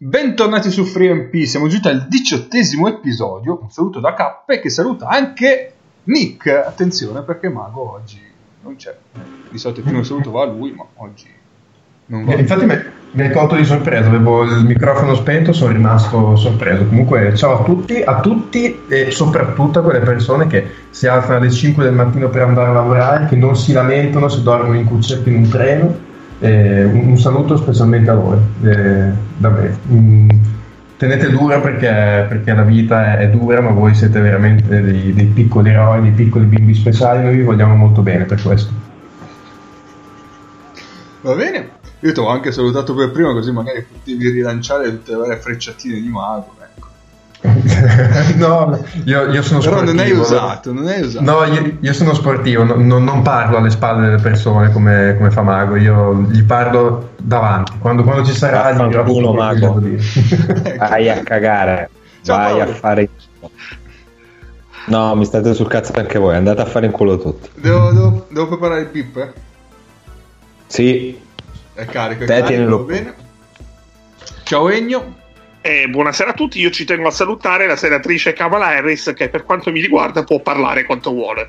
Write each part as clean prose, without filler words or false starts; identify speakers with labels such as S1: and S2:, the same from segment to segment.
S1: Bentornati su FreeMP, siamo giunti al 18° episodio. Un saluto da Cappe che saluta anche Nick. Attenzione perché Mago oggi non c'è. Di solito il primo saluto va a lui, ma oggi non va.
S2: Infatti mi hai colto di sorpresa, avevo il microfono spento, sono rimasto sorpreso. Comunque ciao a tutti e soprattutto a quelle persone che si alzano alle 5 del mattino per andare a lavorare, che non si lamentano se dormono in cuccetta in un treno. Un saluto specialmente a voi, davvero. Tenete dura perché la vita è dura, ma voi siete veramente dei piccoli eroi, dei piccoli bimbi speciali. Noi vi vogliamo molto bene per questo.
S1: Va bene, io ti ho anche salutato per prima, così magari potevi rilanciare tutte le varie frecciatine di Mago, ecco.
S2: No, io sono
S1: però
S2: sportivo.
S1: non hai usato.
S2: No, io sono sportivo, non parlo alle spalle delle persone come fa Mago, io gli parlo davanti. Quando ci sarà gli dirò
S3: culo, Mago. Vai a cagare.
S1: Ciao,
S3: vai
S1: Paolo.
S3: a fare. No, mi state sul cazzo anche voi, andate a fare in culo tutti.
S1: Devo preparare il bip?
S3: Sì.
S1: È carico,
S3: Tienilo.
S1: va bene. Ciao Egno.
S4: Buonasera a tutti, io ci tengo a salutare la senatrice Kamala Harris che per quanto mi riguarda può parlare quanto vuole.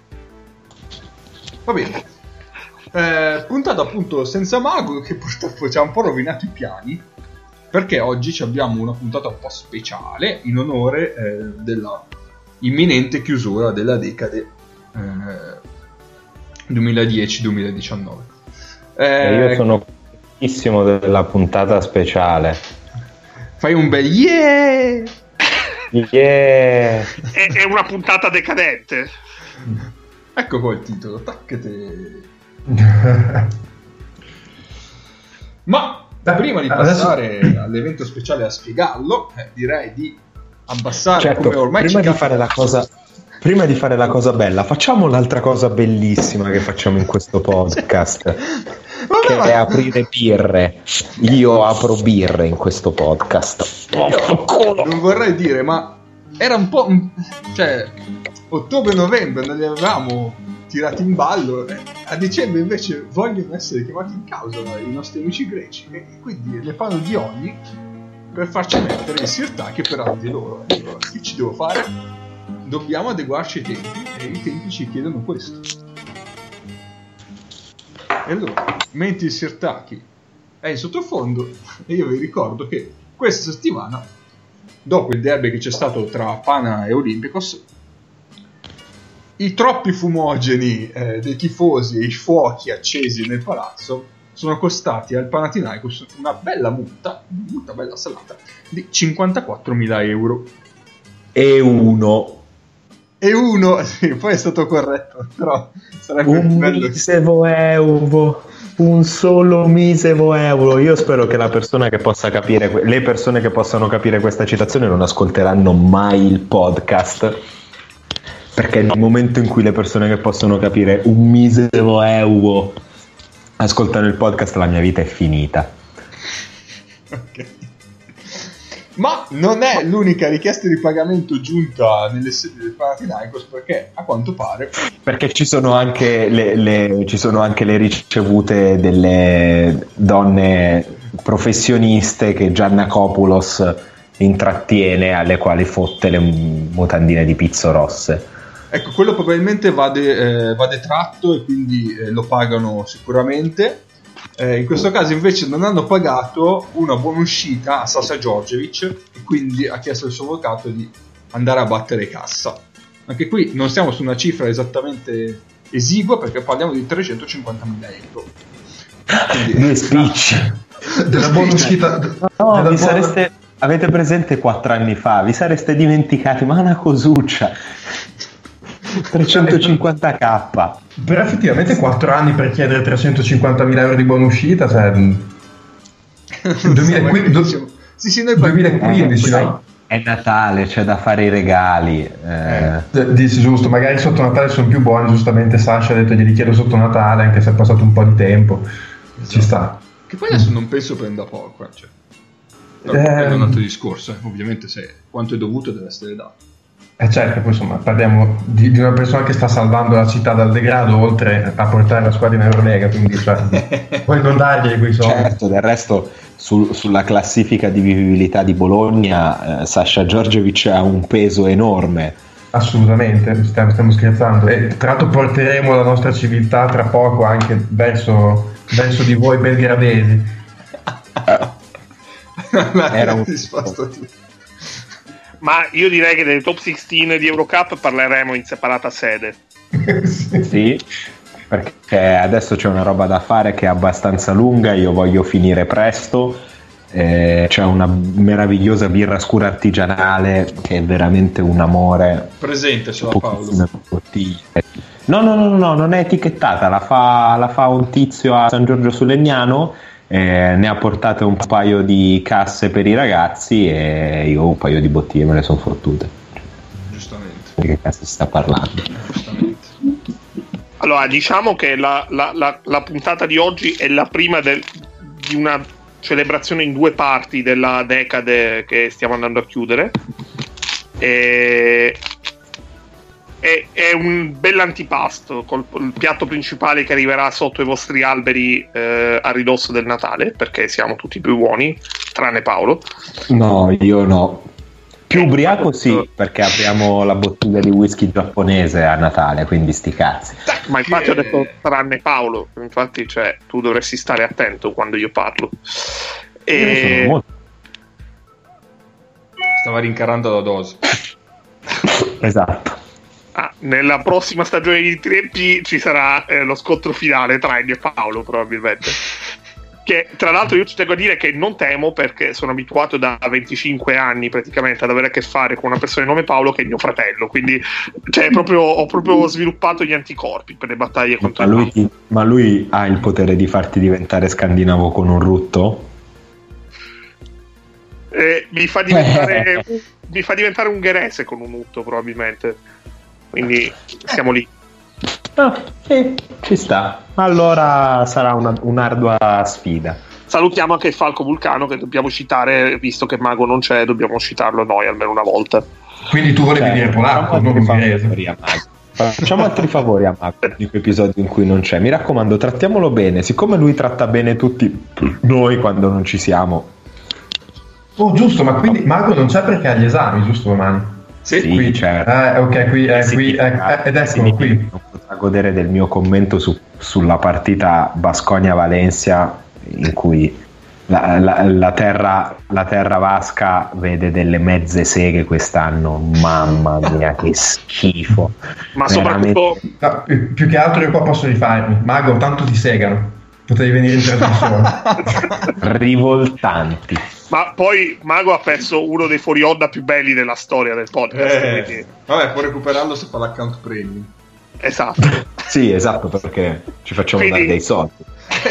S1: Va bene. Puntata appunto senza Mago, che purtroppo ci ha un po' rovinato i piani, perché oggi abbiamo una puntata un po' speciale in onore della imminente chiusura della decade 2010-2019.
S3: Io sono contentissimo della puntata speciale.
S1: Fai un bel yeah!
S3: Yeah!
S4: È una puntata decadente.
S1: Ecco qua il titolo, tacchete. Ma prima di passare all'evento speciale a spiegarlo, direi di abbassare,
S3: certo,
S1: come ormai
S3: prima di fare la cosa bella, facciamo l'altra cosa bellissima che facciamo in questo podcast. Che è aprire birre. Io apro birre in questo podcast.
S1: Non vorrei dire, ma era un po', cioè ottobre-novembre non li avevamo tirati in ballo, a dicembre invece vogliono essere chiamati in causa i nostri amici greci e quindi ne fanno di ogni per farci mettere il sirtaki per atti loro. Allora, che ci devo fare? Dobbiamo adeguarci ai tempi e i tempi ci chiedono questo. E allora, mentre il sirtaki è in sottofondo, e io vi ricordo che questa settimana, dopo il derby che c'è stato tra Pana e Olympiacos, i troppi fumogeni dei tifosi e i fuochi accesi nel palazzo sono costati al Panathinaikos una bella multa bella salata, di 54.000 euro.
S3: E uno,
S1: sì, poi è stato corretto, però sarebbe
S3: un
S1: bello
S3: misero euro, un solo misero euro. Io spero che la persona che possa capire, le persone che possano capire questa citazione non ascolteranno mai il podcast, perché nel momento in cui le persone che possono capire un misero euro ascoltano il podcast, la mia vita è finita.
S1: Ok. Ma non è l'unica richiesta di pagamento giunta nelle sedi del Panathinaikos, perché a quanto pare
S3: ci sono anche le ricevute delle donne professioniste che Giannakopoulos intrattiene, alle quali fotte le mutandine di pizzo rosse.
S1: Ecco, quello probabilmente va detratto e quindi lo pagano sicuramente. In questo caso invece non hanno pagato una buonuscita a Sasha Djordjevic e quindi ha chiesto al suo avvocato di andare a battere cassa. Anche qui non siamo su una cifra esattamente esigua, perché parliamo di 350.000 euro. Quindi,
S3: due spicci
S2: della buonuscita.
S3: No, avete presente 4 anni fa, vi sareste dimenticati, ma una cosuccia, 350k.
S2: Però effettivamente 4 anni per chiedere 350.000 euro di buonuscita, cioè 2015,
S1: sì, noi
S2: 2015, no?
S3: È Natale, c'è da fare i regali.
S2: Dici giusto, magari sotto Natale sono più buoni, giustamente Sasha ha detto glieli chiedo sotto Natale, anche se è passato un po' di tempo. Esatto. Ci sta.
S1: Che poi adesso non penso prenda poco, cioè. È un altro discorso, ovviamente se quanto è dovuto deve essere dato.
S2: Certo, poi insomma parliamo di una persona che sta salvando la città dal degrado, oltre a portare la squadra in Eurolega, quindi cioè, puoi non dargli quei soldi.
S3: Certo, del resto sulla classifica di vivibilità di Bologna, Sasha Djordjevic ha un peso enorme.
S2: Assolutamente, stiamo scherzando. E tra l'altro porteremo la nostra civiltà tra poco anche verso di voi belgradesi.
S3: Era un
S1: risposto tu.
S4: Ma io direi che delle top 16 di Eurocup parleremo in separata sede.
S3: Sì, perché adesso c'è una roba da fare che è abbastanza lunga, io voglio finire presto. C'è una meravigliosa birra scura artigianale che è veramente un amore.
S1: Presentacela, Paolo.
S3: No, non è etichettata, la fa un tizio a San Giorgio sul Legnano, ne ha portate un paio di casse per i ragazzi e io un paio di bottiglie me le sono fottute.
S1: Giustamente.
S3: Di che cazzo si sta parlando?
S1: Giustamente.
S4: Allora, diciamo che la puntata di oggi è la prima di una celebrazione in due parti della decade che stiamo andando a chiudere. È un bell'antipasto col il piatto principale che arriverà sotto i vostri alberi a ridosso del Natale, perché siamo tutti più buoni, tranne Paolo.
S3: No, io no. Più ubriaco sì, perché apriamo la bottiglia di whisky giapponese a Natale, quindi sti cazzi.
S4: Ma infatti ho detto tranne Paolo, infatti cioè, tu dovresti stare attento quando io parlo.
S1: Stava rincarando la dose.
S3: Esatto.
S4: Nella prossima stagione di 3P ci sarà lo scontro finale tra Ennio e Paolo, probabilmente. Che tra l'altro io ci tengo a dire che non temo, perché sono abituato da 25 anni praticamente ad avere a che fare con una persona di nome Paolo che è mio fratello, quindi cioè, ho proprio sviluppato gli anticorpi per le battaglie contro
S3: ma lui ha il potere di farti diventare scandinavo con un rutto?
S4: Mi fa diventare ungherese con un utto probabilmente, quindi siamo lì.
S3: Ci sta. Allora sarà un'ardua sfida.
S4: Salutiamo anche il Falco Vulcano, che dobbiamo citare, visto che Mago non c'è, dobbiamo citarlo noi almeno una volta.
S2: Quindi tu volevi dire polacco, non ungherese.
S3: Facciamo altri favori a Mago di quei episodi in cui non c'è. Mi raccomando, trattiamolo bene, siccome lui tratta bene tutti noi quando non ci siamo.
S2: Oh, giusto, ma quindi Mago non c'è perché ha gli esami, giusto, domani?
S3: Sì,
S2: qui
S3: certo.
S2: Ok, qui ed ecco qui.
S3: Non potrà godere del mio commento sulla partita Baskonia-Valencia, in cui la terra vasca vede delle mezze seghe quest'anno. Mamma mia, che schifo.
S4: Ma
S3: veramente.
S4: soprattutto
S2: più che altro io qua posso rifarmi. Mago, tanto ti segano. Potevi venire in trasmissione.
S3: Rivoltanti.
S4: Ma poi Mago ha perso uno dei fuori onda più belli della storia del podcast. Quindi...
S1: Vabbè, può recuperarlo se fa l'account premium.
S4: Esatto.
S3: Sì, esatto, perché ci facciamo
S4: quindi,
S3: dare dei soldi.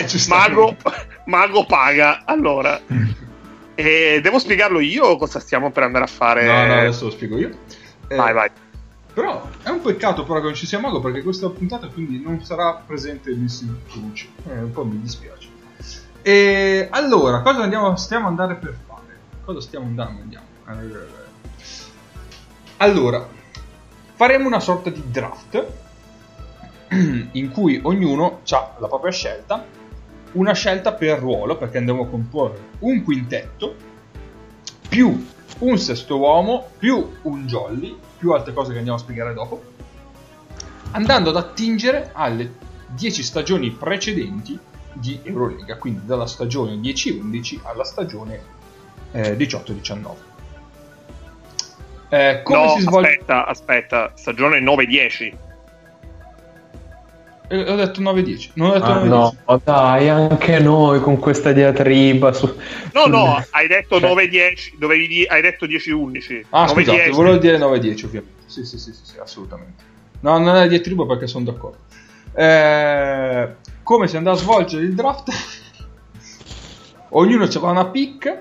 S4: Mago paga. Allora, devo spiegarlo io cosa stiamo per andare a fare?
S1: No, adesso lo spiego io.
S4: Vai.
S1: Però è un peccato però che non ci sia Mago, perché questa puntata quindi non sarà presente Missing Cruce. Un po' mi dispiace. E allora, cosa stiamo andando per fare? Cosa stiamo andando? Allora, faremo una sorta di draft in cui ognuno ha la propria scelta, una scelta per ruolo, perché andremo a comporre un quintetto più un sesto uomo più un jolly più altre cose che andiamo a spiegare dopo, andando ad attingere alle 10 stagioni precedenti di Eurolega, quindi dalla stagione 10-11 alla stagione 18-19. Come si svolge?
S4: Aspetta, stagione 9-10.
S1: Ho detto 9-10. Non ho detto 9-10.
S3: No, dai, anche noi con questa diatriba
S4: No, hai detto 9-10, hai detto 10-11.
S1: Scusate, volevo dire 9-10 ovviamente. Sì, assolutamente. No, non è diatriba perché sono d'accordo. Come si andrà a svolgere il draft? Ognuno avrà una pick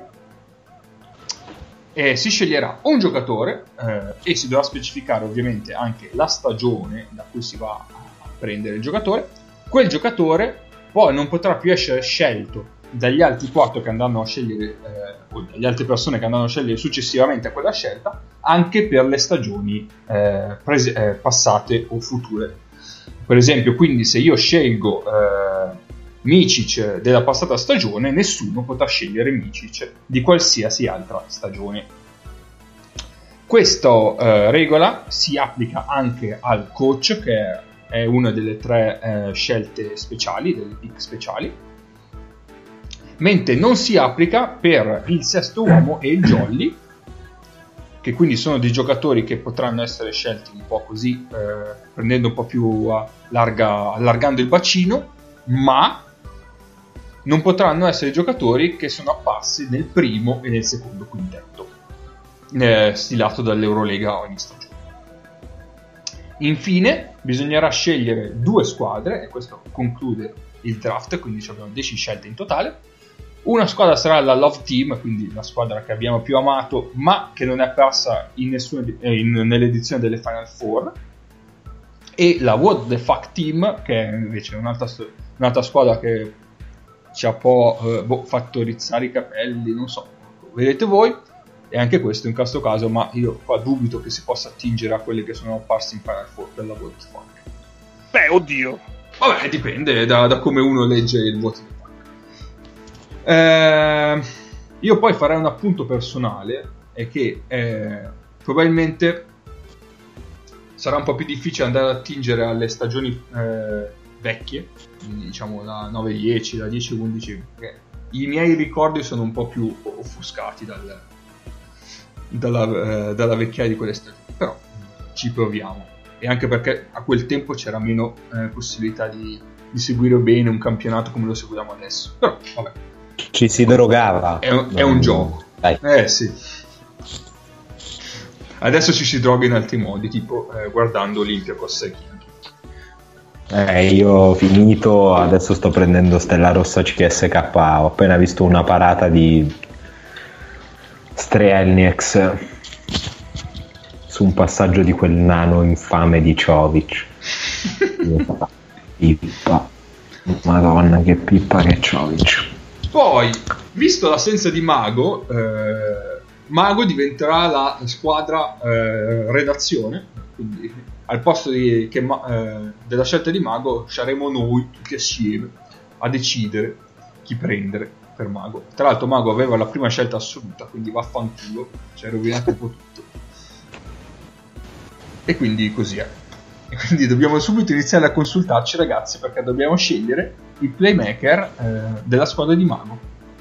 S1: e si sceglierà un giocatore e si dovrà specificare ovviamente anche la stagione da cui si va a prendere il giocatore. Quel giocatore poi non potrà più essere scelto dagli altri 4 che andranno a scegliere o dalle altre persone che andranno a scegliere successivamente a quella scelta, anche per le stagioni passate o future. Per esempio, quindi se io scelgo Micic della passata stagione, nessuno potrà scegliere Micic di qualsiasi altra stagione. Questa regola si applica anche al coach, che è una delle 3 scelte speciali, delle pick speciali, mentre non si applica per il sesto uomo e il jolly, che quindi sono dei giocatori che potranno essere scelti un po' così, prendendo un po' più allargando il bacino, ma non potranno essere giocatori che sono apparsi nel primo e nel secondo quintetto stilato dall'Eurolega ogni stagione. Infine bisognerà scegliere 2 squadre, e questo conclude il draft, quindi abbiamo 10 scelte in totale. Una squadra sarà la Love Team, quindi la squadra che abbiamo più amato ma che non è apparsa nell'edizione delle Final Four, e la What the Fuck Team, che è invece un'altra squadra che ci ha un po' fatto rizzare i capelli, non so, vedete voi. E anche questo in questo caso, ma io qua dubito che si possa attingere a quelli che sono apparsi in Final Four per la What the Fuck.
S4: Beh, oddio.
S1: Vabbè, dipende da come uno legge il What the Fuck. Io poi farei un appunto personale, è che probabilmente sarà un po' più difficile andare ad attingere alle stagioni vecchie, quindi diciamo la 9-10, la 10-11, perché i miei ricordi sono un po' più offuscati dalla vecchiaia di quelle stagioni, però ci proviamo, e anche perché a quel tempo c'era meno possibilità di seguire bene un campionato come lo seguiamo adesso, però vabbè,
S3: ci si drogava,
S1: è un gioco. Sì, adesso ci si droga in altri modi, tipo guardando Olympiacos e Chimki.
S3: Io ho finito, adesso sto prendendo Stella Rossa CSK, ho appena visto una parata di Strelnieks su un passaggio di quel nano infame di Čović. Pippa, madonna che pippa che Čović.
S1: Poi, visto l'assenza di Mago, Mago diventerà la squadra redazione, quindi al posto della scelta di Mago saremo noi tutti assieme a decidere chi prendere per Mago. Tra l'altro Mago aveva la prima scelta assoluta, quindi vaffanculo, ci è rovinato un po' tutto. E quindi così è. E quindi dobbiamo subito iniziare a consultarci, ragazzi, perché dobbiamo scegliere il playmaker della squadra di Mago.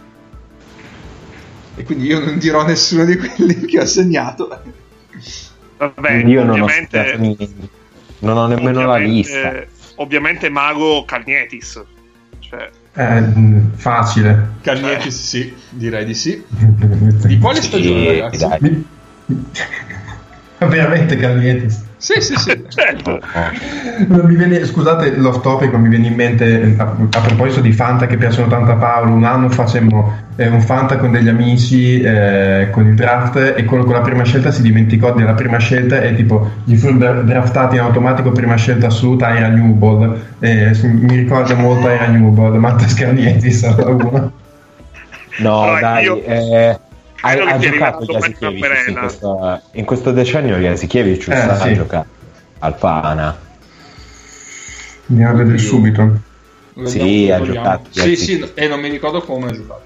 S1: E quindi io non dirò nessuno di quelli che ho segnato.
S4: Vabbè,
S3: io non ho nemmeno la lista.
S4: Ovviamente Mago Kalnietis, cioè
S2: facile.
S1: Kalnietis, sì, direi di sì. Di quale stagione, ragazzi?
S2: Veramente Kalnietis?
S1: Sì.
S4: certo.
S2: Scusate l'off topic, mi viene in mente a proposito di Fanta che piacciono tanto a Paolo. Un anno facemmo un Fanta con degli amici con il draft, e quello con la prima scelta si dimenticò della prima scelta e tipo gli fu draftati in automatico prima scelta assoluta Ira Newbold, mi ricorda molto Ira Newbold, Mattas Kalnietis sarà uno.
S3: No, allora,
S4: dai,
S3: ha giocato Jasikevicius in questo decennio. Jasikevicius ha giocato al Pana.
S2: Andiamo a vedere subito.
S3: Sì, ha giocato.
S1: Sì, e non mi ricordo come ha giocato.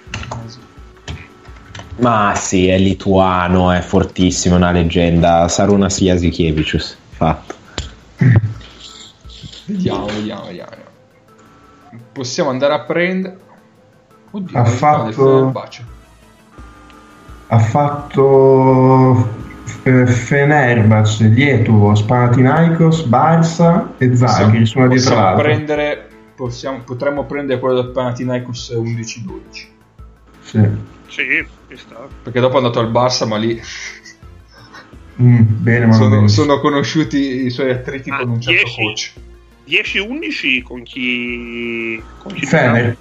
S3: Ma sì, è lituano, è fortissimo, è una leggenda. Sarunas Jasikevicius, fatto.
S1: Vediamo. Possiamo andare a prendere. Oddio,
S2: ha fatto Fenerbahce, Lietuvos, Panathinaikos, Barça e Zagris, una dietro l'altra.
S1: Potremmo prendere quello del Panathinaikos 11-12.
S2: Sì,
S4: ci sta.
S1: Perché dopo è andato al Barça, ma lì
S2: bene, ma
S1: sono conosciuti i suoi attriti con un certo
S4: 10,
S1: coach.
S4: 10-11 con chi
S2: Fener.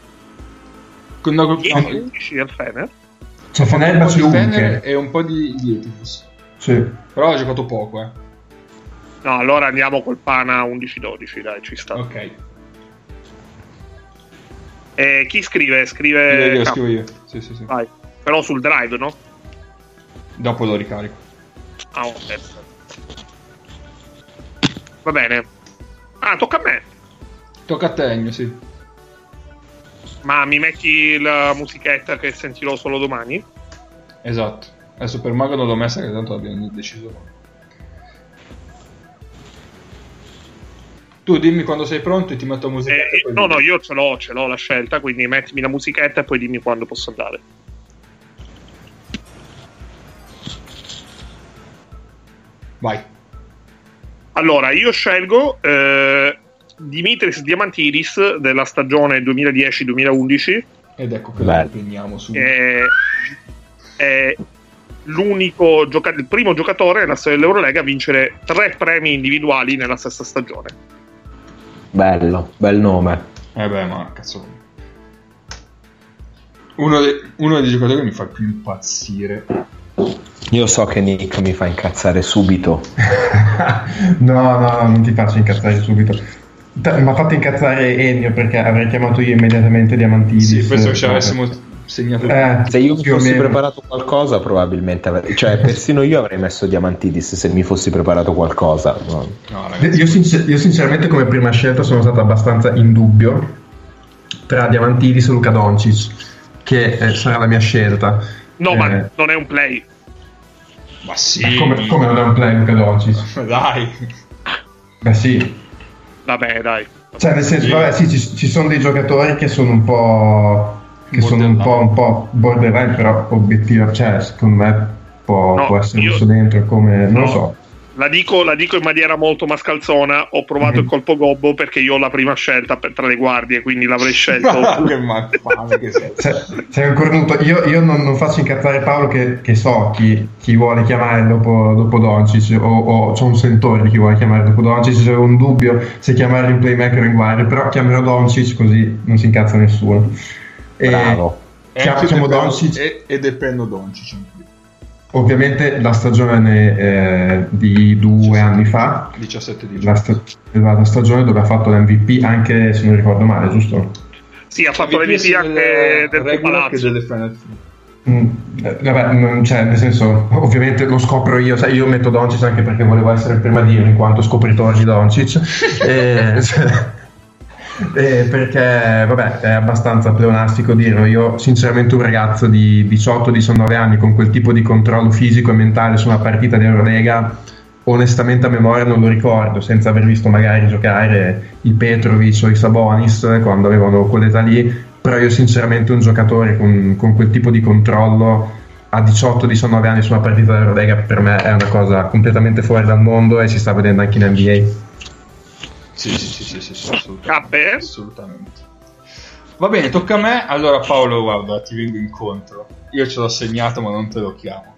S4: 10-11 al Fener.
S2: C'è Fenerbahce
S1: e un po' di Lietuvos.
S2: Sì.
S1: Però ha giocato poco,
S4: No, allora andiamo col Pana 11-12, dai, ci sta.
S1: Ok.
S4: Chi scrive?
S1: Scrivo io. Sì.
S4: Vai. Però sul drive, no?
S1: Dopo lo ricarico.
S4: Ok. Va bene. Tocca a me.
S1: Tocca a te, Ennio, sì.
S4: Ma mi metti la musichetta che sentirò solo domani?
S1: Esatto. Adesso per Mago non l'ho messa, che tanto abbiamo deciso. Tu dimmi quando sei pronto e ti metto musichetta.
S4: No, io ce l'ho la scelta, quindi mettimi la musichetta e poi dimmi quando posso andare.
S1: Vai.
S4: Allora, io scelgo Dimitris Diamantidis della stagione 2010-2011.
S1: Ed ecco che lo prendiamo su.
S4: È il primo giocatore nella storia dell'Eurolega a vincere 3 premi individuali nella stessa stagione.
S3: Bello, bel nome.
S1: Ma cazzo. Uno dei giocatori che mi fa più impazzire.
S3: Io so che Nick mi fa incazzare subito.
S2: No, non ti faccio incazzare subito. Mi ha fatto incazzare Ennio perché avrei chiamato io immediatamente Diamantidis.
S1: Sì, questo ci avessimo segnato.
S3: Se io mi fossi preparato qualcosa, probabilmente persino io avrei messo Diamantidis se mi fossi preparato qualcosa. No,
S2: io sinceramente come prima scelta sono stato abbastanza in dubbio tra Diamantidis e Luka Doncic, che sarà la mia scelta.
S4: No, ma non è un play.
S1: Ma sì.
S2: Come non è un play Luka Doncic?
S1: Dai.
S2: Beh sì.
S4: Vabbè, dai.
S2: Cioè nel senso, vabbè, sì, ci sono dei giocatori che sono un po' un po' borderline, però obiettivo, cioè secondo me può essere messo dentro come non lo so.
S4: La dico in maniera molto mascalzona. Ho provato il colpo gobbo perché io ho la prima scelta tra le guardie, quindi l'avrei scelto.
S1: Che malfame che sei.
S2: Sei un cornuto. Io non faccio incazzare Paolo che so chi vuole chiamare dopo Doncic, o c'ho un sentore di chi vuole chiamare dopo Doncic. C'è un dubbio se chiamare in playmaker o in guardia, però chiamerò Doncic così non si incazza nessuno.
S3: Bravo.
S2: Chiamo Doncic
S1: e depenno Doncic.
S2: Ovviamente la stagione di 2 anni fa,
S1: 17-18,
S2: la stagione dove ha fatto l'MVP anche, se non ricordo male, giusto?
S4: Sì, ha fatto l'MVP anche del Palazzo.
S1: Delle Final
S2: Vabbè, cioè, nel senso, ovviamente lo scopro io, sai, io metto Doncic anche perché volevo essere il prima di io in quanto scopritore di Doncic. Perché vabbè, è abbastanza pleonastico dirlo. Io sinceramente un ragazzo di 18-19 anni con quel tipo di controllo fisico e mentale su una partita di Eurolega, onestamente a memoria non lo ricordo, senza aver visto magari giocare i Petrovic o i Sabonis quando avevano quell'età lì. Però io sinceramente un giocatore con quel tipo di controllo a 18-19 anni su una partita di Eurolega per me è una cosa completamente fuori dal mondo, e si sta vedendo anche in NBA.
S1: Sì, assolutamente. Va bene, tocca a me. Allora Paolo, guarda, ti vengo incontro. Io ce l'ho segnato ma non te lo chiamo.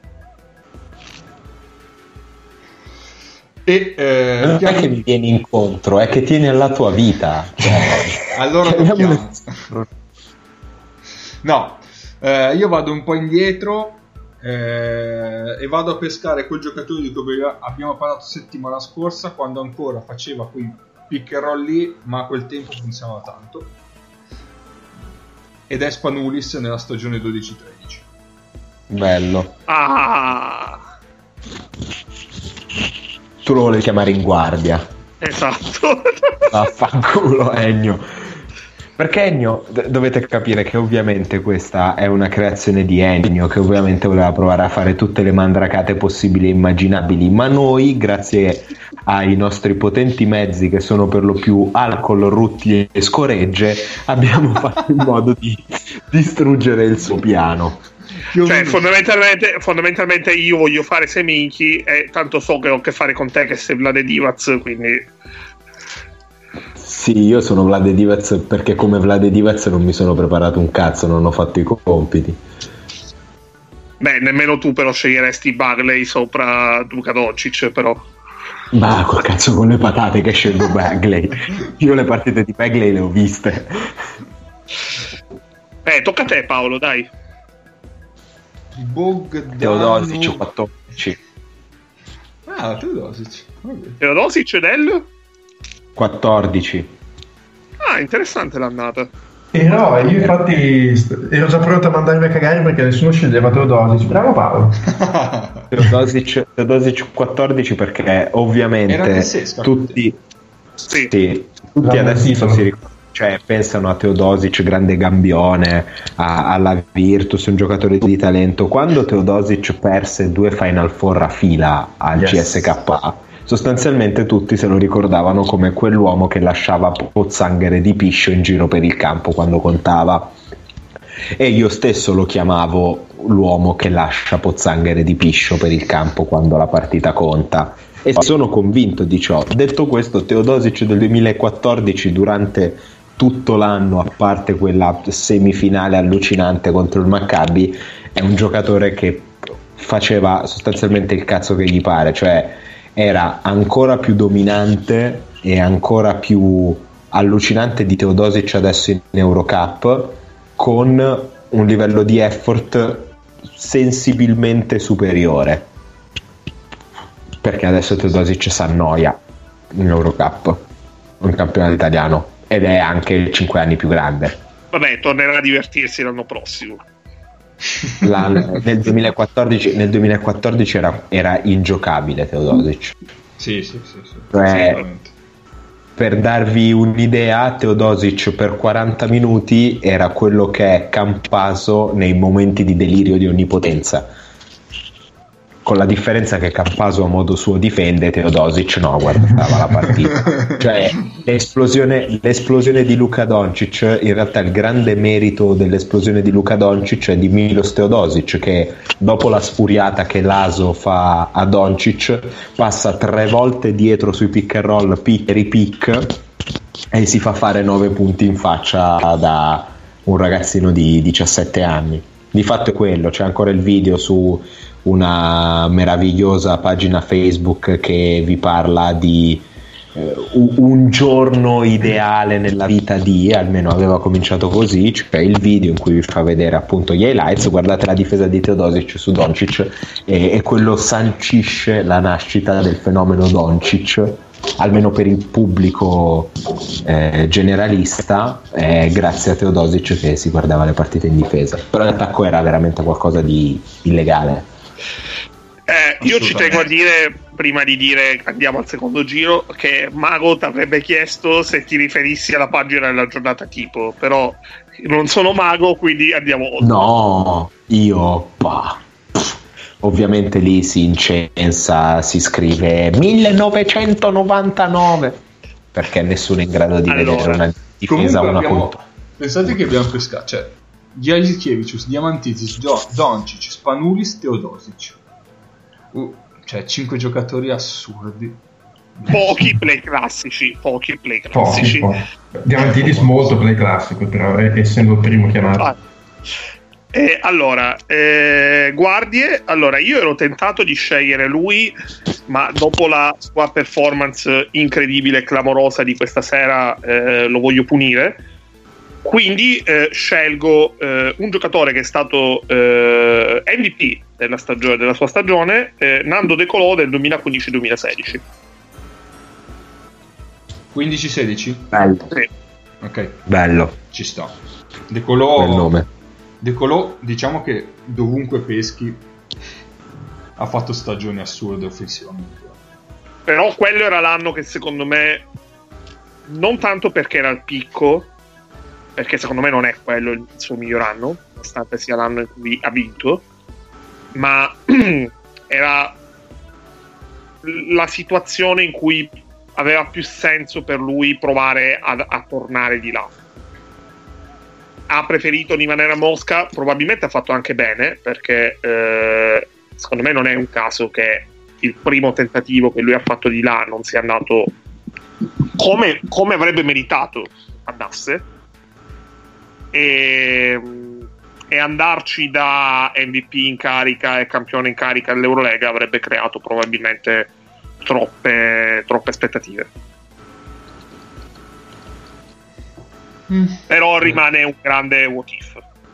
S3: Non è che mi vieni incontro, è che tieni alla tua vita.
S1: Allora lo chiamo. No, io vado un po' indietro e vado a pescare quel giocatore di cui abbiamo parlato settimana scorsa, quando ancora faceva quei pick and roll lì, ma a quel tempo funzionava tanto, ed è Spanulis nella stagione 12-13.
S3: Bello. Tu lo volevi chiamare in guardia.
S4: Esatto.
S3: Vaffanculo Ennio. Perché Ennio, dovete capire che ovviamente questa è una creazione di Ennio, che ovviamente voleva provare a fare tutte le mandracate possibili e immaginabili, ma noi, grazie ai nostri potenti mezzi che sono per lo più alcol, rutti e scoregge, abbiamo fatto in modo di distruggere il suo piano.
S4: Cioè fondamentalmente io voglio fare Seminchi e tanto so che ho a che fare con te che sei Vlade Divac, quindi
S3: sì, io sono Vlade Divac perché come Vlade Divac non mi sono preparato un cazzo, non ho fatto i compiti.
S4: Beh, nemmeno tu però sceglieresti Bagley sopra Luka Doncic, però.
S3: Ma col cazzo con le patate che scelgo Bagley. Io le partite di Bagley le ho viste.
S4: Tocca a te Paolo, dai.
S3: Teodosic 14.
S4: Teodosic del
S3: 14.
S4: Interessante l'annata.
S2: No, io infatti ero già pronto a mandarmi a cagare perché nessuno sceglieva Teodosic. Bravo Paolo.
S3: Teodosic 14 perché ovviamente tutti adesso si ricordano cioè pensano a Teodosic grande gambione, alla Virtus, un giocatore di talento. Quando Teodosic perse 2 Final Four a fila al CSKA, sostanzialmente tutti se lo ricordavano come quell'uomo che lasciava pozzanghere di piscio in giro per il campo quando contava, e io stesso lo chiamavo l'uomo che lascia pozzanghere di piscio per il campo quando la partita conta, e sono convinto di ciò. Detto questo, Teodosic del 2014 durante tutto l'anno, a parte quella semifinale allucinante contro il Maccabi, è un giocatore che faceva sostanzialmente il cazzo che gli pare, cioè era ancora più dominante e ancora più allucinante di Teodosic adesso in Eurocup, con un livello di effort sensibilmente superiore, perché adesso Teodosic s'annoia in Eurocup, un campionato italiano, ed è anche 5 anni più grande.
S4: Vabbè, tornerà a divertirsi l'anno prossimo.
S3: Nel 2014 era ingiocabile Teodosic.
S1: Sì.
S3: Cioè, per darvi un'idea, Teodosic per 40 minuti era quello che è Campaso nei momenti di delirio di onnipotenza, con la differenza che Campaso a modo suo difende, Teodosic no, guardava la partita. Cioè l'esplosione di Luka Doncic, in realtà il grande merito dell'esplosione di Luka Doncic è di Milos Teodosic, che dopo la sfuriata che Laso fa a Doncic passa 3 volte dietro sui pick and roll, pick e ripick, e si fa fare 9 punti in faccia da un ragazzino di 17 anni. Di fatto è quello, c'è ancora il video su una meravigliosa pagina Facebook che vi parla di un giorno ideale nella vita di, almeno aveva cominciato così, cioè il video in cui vi fa vedere appunto gli highlights. Guardate la difesa di Teodosic su Doncic, e quello sancisce la nascita del fenomeno Doncic, almeno per il pubblico generalista, grazie a Teodosic che si guardava le partite in difesa, però l'attacco era veramente qualcosa di illegale.
S4: Io ci tengo a dire, prima di dire andiamo al secondo giro, che Mago ti avrebbe chiesto se ti riferissi alla pagina della giornata tipo, però non sono Mago, quindi andiamo oltre.
S3: No, io ovviamente lì si incensa, si scrive 1999, perché nessuno è in grado di vedere una difesa, una punta.
S1: Pensate che abbiamo pescato, cioè Jasikevičius, Diamantidis, Doncic, Spanulis, Teodosic, cioè 5 giocatori assurdi,
S4: pochi play classici.
S2: Pochi. Diamantidis molto play classico, però essendo il primo chiamato.
S4: Allora, guardie, allora io ero tentato di scegliere lui, ma dopo la sua performance incredibile e clamorosa di questa sera lo voglio punire, quindi scelgo un giocatore che è stato MVP della sua stagione, Nando De Colo del 2015-2016.
S1: 15-16?
S3: Bello.
S4: Sì.
S1: Ok,
S3: bello,
S1: ci sta. De Colo,
S3: bel nome.
S1: De Colo, diciamo che dovunque peschi ha fatto stagioni assurde offensivamente.
S4: Però quello era l'anno che secondo me, non tanto perché era il picco, perché secondo me non è quello il suo miglior anno, nonostante sia l'anno in cui ha vinto, ma era la situazione in cui aveva più senso per lui provare a tornare di là. Ha preferito rimanere a Mosca, probabilmente ha fatto anche bene, perché secondo me non è un caso che il primo tentativo che lui ha fatto di là non sia andato come avrebbe meritato andasse, e andarci da MVP in carica e campione in carica all'Eurolega avrebbe creato probabilmente troppe aspettative. Però rimane un grande what if.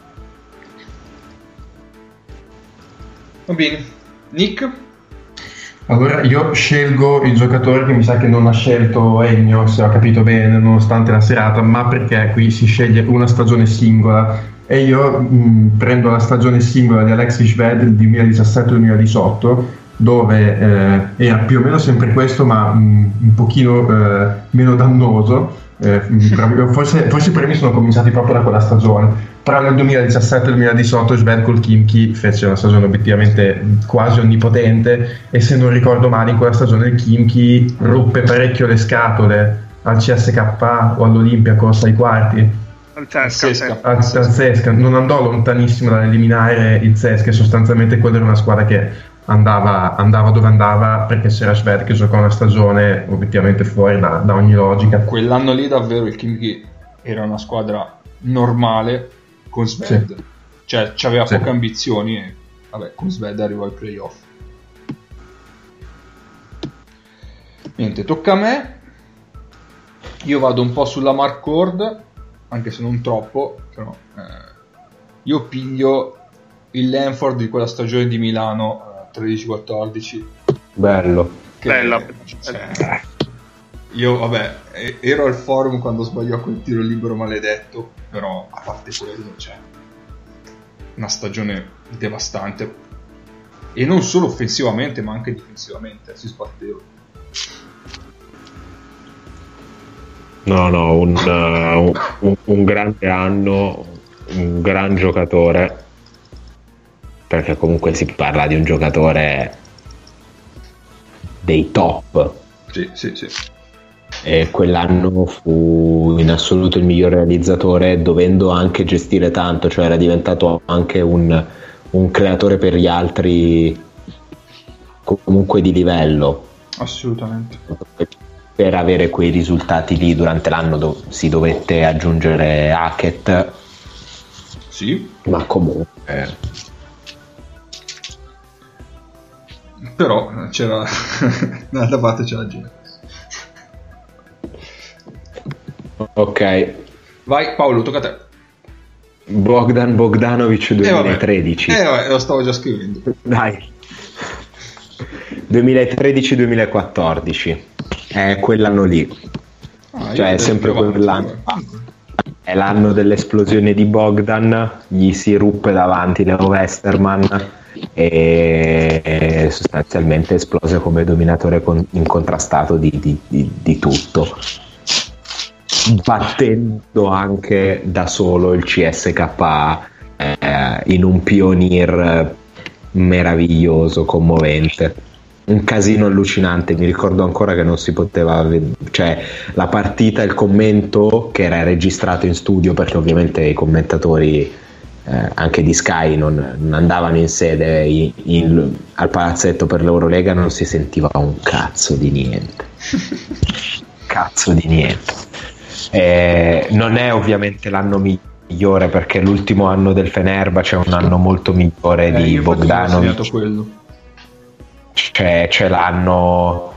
S1: Va bene, Nick?
S2: Allora io scelgo il giocatore che mi sa che non ha scelto Ennio, se ho capito bene, nonostante la serata, ma perché qui si sceglie una stagione singola, e io prendo la stagione singola di Alexis Shved del 2017-2018, dove era più o meno sempre questo, ma un pochino meno dannoso, Forse i premi sono cominciati proprio da quella stagione, però nel 2017-2018 Sved col Khimki fece una stagione obiettivamente quasi onnipotente, e se non ricordo male in quella stagione il Khimki ruppe parecchio le scatole al CSKA o all'Olympiacos ai quarti. Al CSKA non andò lontanissimo dall'eliminare il CSKA, sostanzialmente quella era una squadra che andava dove andava, perché c'era Sved che giocò una stagione obiettivamente fuori da ogni logica.
S1: Quell'anno lì davvero il Khimki era una squadra normale con Sved, sì. Cioè c'aveva poche ambizioni e vabbè, con Sved arrivò ai playoff. Niente, tocca a me. Io vado un po' sulla Marcord, anche se non troppo, però io piglio il Lanford di quella stagione di Milano 13-14.
S3: Bello.
S4: Bella.
S1: Cioè, io vabbè ero al forum quando sbagliò quel tiro libero maledetto, però a parte quello, cioè una stagione devastante, e non solo offensivamente ma anche difensivamente, si sbatteva.
S3: No, un grande anno, un gran giocatore, perché comunque si parla di un giocatore dei top.
S1: Sì.
S3: E quell'anno fu in assoluto il miglior realizzatore, dovendo anche gestire tanto, cioè era diventato anche un creatore per gli altri, comunque di livello.
S1: Assolutamente.
S3: Per avere quei risultati lì durante l'anno si aggiungere Hackett.
S1: Sì.
S3: Ma comunque...
S1: Però c'era dall'altra parte c'era la gente.
S3: Ok,
S1: vai Paolo, tocca a te.
S3: Bogdan Bogdanovic 2013.
S1: Vabbè, lo stavo già scrivendo.
S3: Dai. 2013-2014 è quell'anno lì, cioè è sempre quell'anno. È l'anno dell'esplosione di Bogdan, gli si ruppe davanti Leo Westerman e sostanzialmente esplose come dominatore incontrastato di tutto, battendo anche da solo il CSKA in un pioneer meraviglioso, commovente, un casino allucinante. Mi ricordo ancora che non si poteva cioè la partita, il commento che era registrato in studio, perché ovviamente i commentatori anche di Sky non andavano in sede al palazzetto per l'Eurolega, non si sentiva un cazzo di niente. Non è ovviamente l'anno migliore, perché l'ultimo anno del Fenerbahce è un anno molto migliore di Bogdanovic. C'è l'anno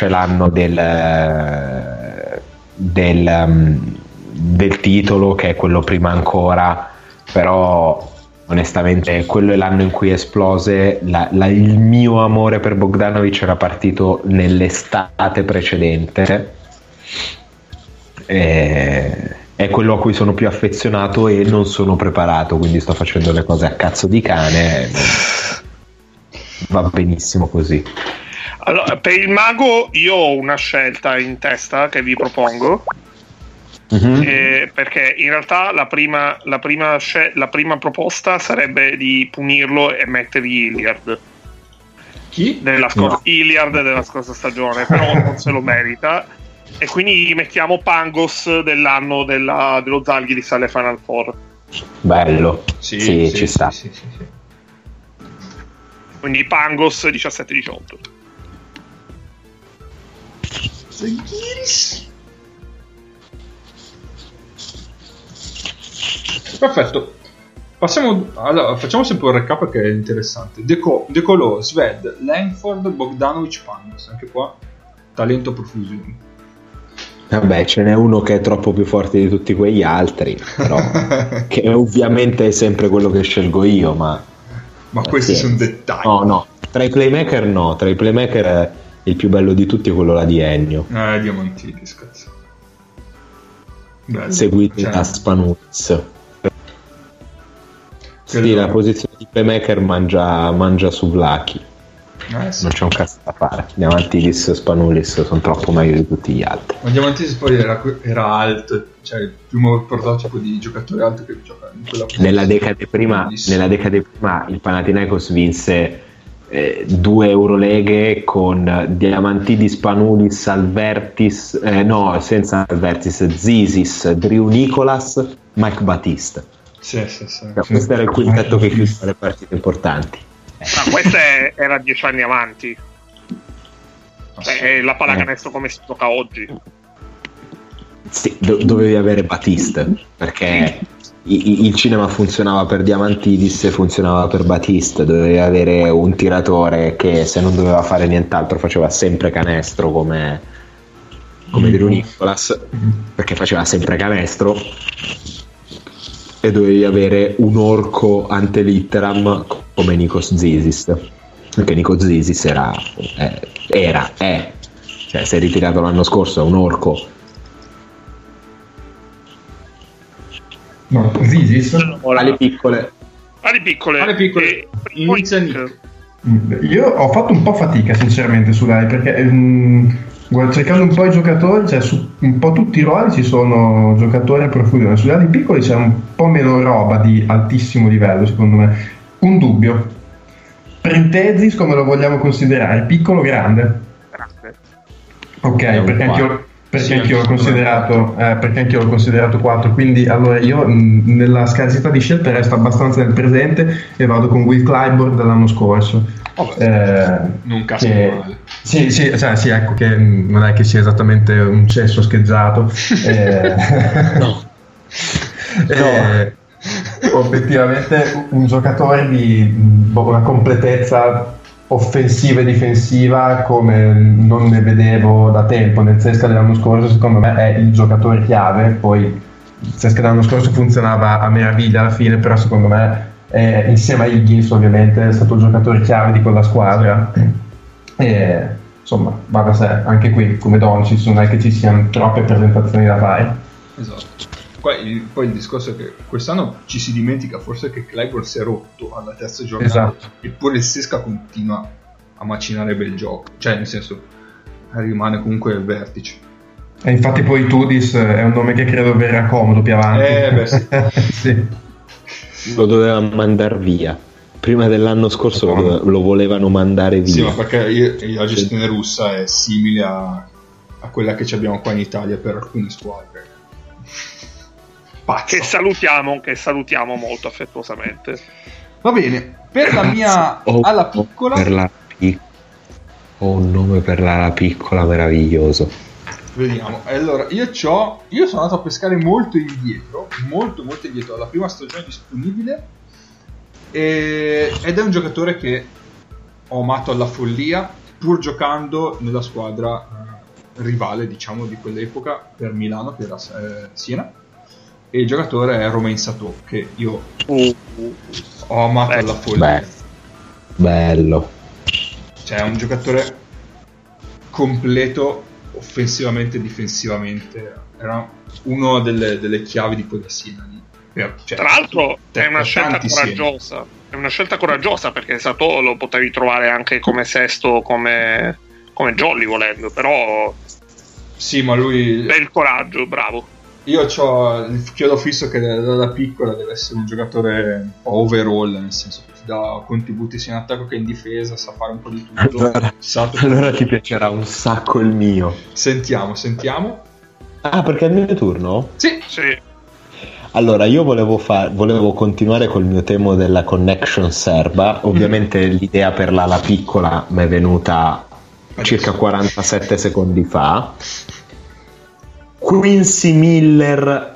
S3: del titolo, che è quello prima ancora, però onestamente quello è l'anno in cui esplose. Il mio amore per Bogdanovic era partito nell'estate precedente, è quello a cui sono più affezionato e non sono preparato, quindi sto facendo le cose a cazzo di cane. Va benissimo così.
S4: Allora, per il mago io ho una scelta in testa che vi propongo. Perché in realtà la prima proposta sarebbe di punirlo e mettergli Hilliard.
S1: Chi?
S4: Hilliard della scorsa stagione, però non se lo merita, e quindi mettiamo Pangos dell'anno dello Zalgiris alle Final Four.
S3: Bello, sì, ci sta.
S1: Sì.
S4: Quindi Pangos 17-18.
S1: Perfetto. Facciamo sempre un recap che è interessante. Decolò, Sved, Langford, Bogdanovic, Pangos. Anche qua talento profusione.
S3: Vabbè, ce n'è uno che è troppo più forte di tutti quegli altri, però che ovviamente è sempre quello che scelgo io, ma
S1: questi sono dettagli.
S3: No, tra i playmaker il più bello di tutti è quello là di Ennio,
S1: Diamantidis, cazzo.
S3: seguito da Spanulis. Sì, la posizione di playmaker mangia su Vlachi.
S1: Sì.
S3: Non c'è un cazzo da fare. Diamantidis, Spanulis sono troppo meglio di tutti gli altri.
S1: Ma Diamantidis poi era alt, cioè il primo prototipo di giocatore alto che gioca in quella posizione.
S3: Nella decade prima il Panathinaikos vinse 2 Euroleghe con Diamantidis, Spanulis, Alvertis, senza Alvertis, Zisis, Drew Nicolas, Mike Batiste.
S1: Sì.
S3: Questo era il quintetto che chiudeva le partite importanti.
S4: Ma questa era 10 anni avanti. È la pallacanestro come si gioca oggi.
S3: Sì, dovevi avere Batiste, perché il cinema funzionava per Diamantidis e funzionava per Batiste. Dovevi avere un tiratore che, se non doveva fare nient'altro, faceva sempre canestro come Drew Nicolas, perché faceva sempre canestro. E dovevi avere un orco ante litteram come Nikos Zisis, perché Nikos Zisis cioè si è ritirato l'anno scorso, è un orco.
S2: No, Zisis
S3: alle piccole
S1: inizia Nick.
S2: Io ho fatto un po' fatica sinceramente su Rai, perché cercando un po' i giocatori, cioè su un po' tutti i ruoli ci sono giocatori a profusione. Sugli altri piccoli c'è un po' meno roba di altissimo livello, secondo me. Un dubbio: Printezis come lo vogliamo considerare? Piccolo o grande? Ok, perché anch'io l'ho considerato 4, quindi allora io nella scarsità di scelte resto abbastanza nel presente e vado con Will Clyburn dell'anno scorso.
S1: Non casca male.
S2: Sì, ecco, che non è che sia esattamente un cesso scheggiato.
S3: No.
S2: Obiettivamente un giocatore di una completezza offensiva e difensiva come non ne vedevo da tempo. Nel Cesca dell'anno scorso secondo me è il giocatore chiave. Poi il Cesca dell'anno scorso funzionava a meraviglia alla fine, però secondo me insieme a Higgins ovviamente è stato il giocatore chiave di quella squadra. E insomma va da sé, anche qui come Doncic non è che ci siano troppe presentazioni da fare.
S1: Esatto. Poi il discorso è che quest'anno ci si dimentica forse che Clyburn si è rotto alla terza giornata,
S2: esatto.
S1: Eppure il Sesca continua a macinare bel gioco, cioè nel senso rimane comunque al vertice.
S2: E infatti poi Tudis è un nome che credo verrà comodo più avanti.
S1: Sì.
S3: Lo doveva mandare via prima dell'anno scorso, lo volevano mandare via.
S1: Sì, ma perché la gestione russa è simile a quella che abbiamo qua in Italia per alcune squadre.
S4: Che salutiamo molto affettuosamente.
S1: Va bene, per la mia ala piccola
S3: ho un nome per l'ala piccola meraviglioso.
S1: Vediamo. Allora, io sono andato a pescare molto indietro alla prima stagione disponibile, ed è un giocatore che ho amato alla follia, pur giocando nella squadra rivale, diciamo, di quell'epoca per Milano, che era Siena. E il giocatore è Romain Sato, che io ho amato alla follia.
S3: Bello.
S1: Cioè è un giocatore completo offensivamente e difensivamente. Era uno delle chiavi di quella Siena lì.
S4: Tra l'altro è una scelta coraggiosa. È una scelta coraggiosa, perché Sato lo potevi trovare anche come sesto, come Jolly volendo, però
S1: sì, ma lui
S4: bel coraggio, bravo.
S1: Io ho il chiodo fisso che da piccola deve essere un giocatore un po' overall, nel senso che ti dà contributi sia in attacco che in difesa, sa fare un po' di tutto.
S3: Allora ti piacerà un sacco il mio.
S1: Sentiamo.
S3: Ah, perché è il mio turno?
S1: Sì.
S3: Allora, io volevo continuare col mio tema della connection serba. Ovviamente l'idea per l'ala piccola mi è venuta circa 47 secondi fa. Quincy Miller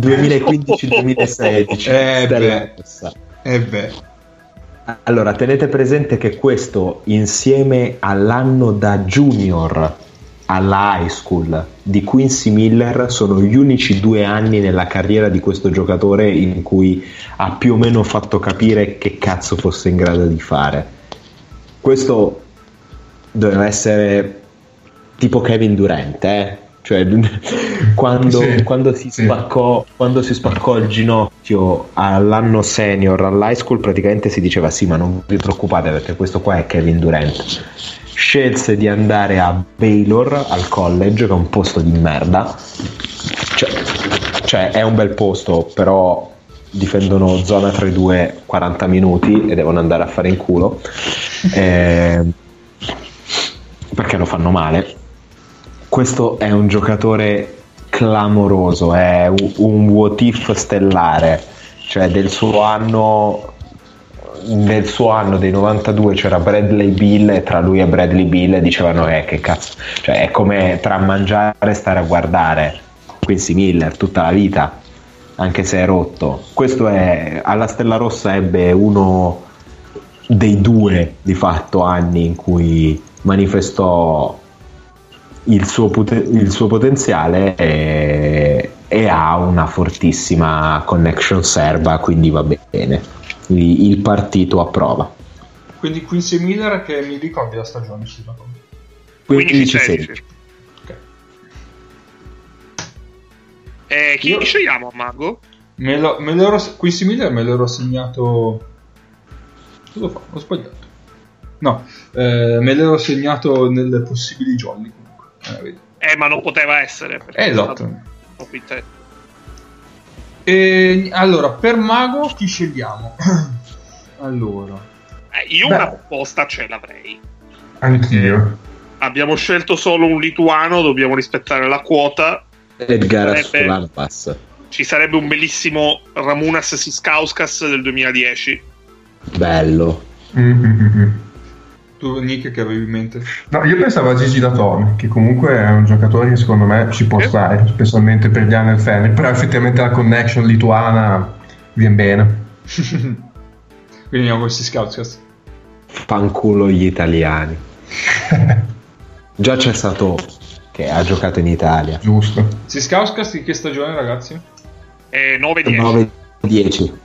S3: 2015-2016. Allora, tenete presente che questo, insieme all'anno da junior alla high school di Quincy Miller, sono gli unici 2 anni nella carriera di questo giocatore in cui ha più o meno fatto capire che cazzo fosse in grado di fare. Questo doveva essere tipo Kevin Durant, Cioè, quando si spaccò il ginocchio all'anno senior all'high school, praticamente si diceva sì, ma non vi preoccupate perché questo qua è Kevin Durant. Scelse di andare a Baylor al college, che è un posto di merda, cioè è un bel posto, però difendono zona 3-2 40 minuti e devono andare a fare in culo, perché lo fanno male. Questo è un giocatore clamoroso, è un what if stellare, cioè nel suo anno dei 92 c'era Bradley Beal e tra lui e Bradley Beal dicevano che cazzo, cioè è come tra mangiare e stare a guardare Quincy Miller tutta la vita, anche se è rotto. Questo è, alla Stella Rossa ebbe uno dei 2 di fatto anni in cui manifestò il suo potenziale e ha una fortissima connection serba, quindi va bene, il partito approva.
S1: Quindi Quincy Miller, che mi ricordi la stagione?
S3: 15-16.
S4: Chi scegliamo, Mago?
S1: Quincy Miller me l'ero segnato. Cosa fa? Ho sbagliato. No, me l'ero segnato nelle possibili jolly comunque.
S4: Ma non poteva essere.
S1: Esatto. E allora, per Mago chi scegliamo? Allora,
S4: io una proposta ce l'avrei.
S2: Anch'io.
S4: Abbiamo scelto solo un lituano, dobbiamo rispettare la quota.
S3: Edgar Asulanovas.
S4: Ci sarebbe un bellissimo Ramunas Siskauskas del 2010.
S3: Bello.
S1: Tu, Nick, che avevi in mente?
S2: No, io pensavo a Gigi Datome, che comunque è un giocatore che secondo me ci può stare, specialmente per gli anni Fener, però effettivamente la connection lituana viene bene.
S1: Quindi andiamo con questi Siskauskas.
S3: Fanculo gli italiani. Già c'è stato che ha giocato in Italia.
S2: Giusto.
S1: Siskauskas di che stagione, ragazzi?
S4: 9-10.
S3: 9-10.
S1: Okay.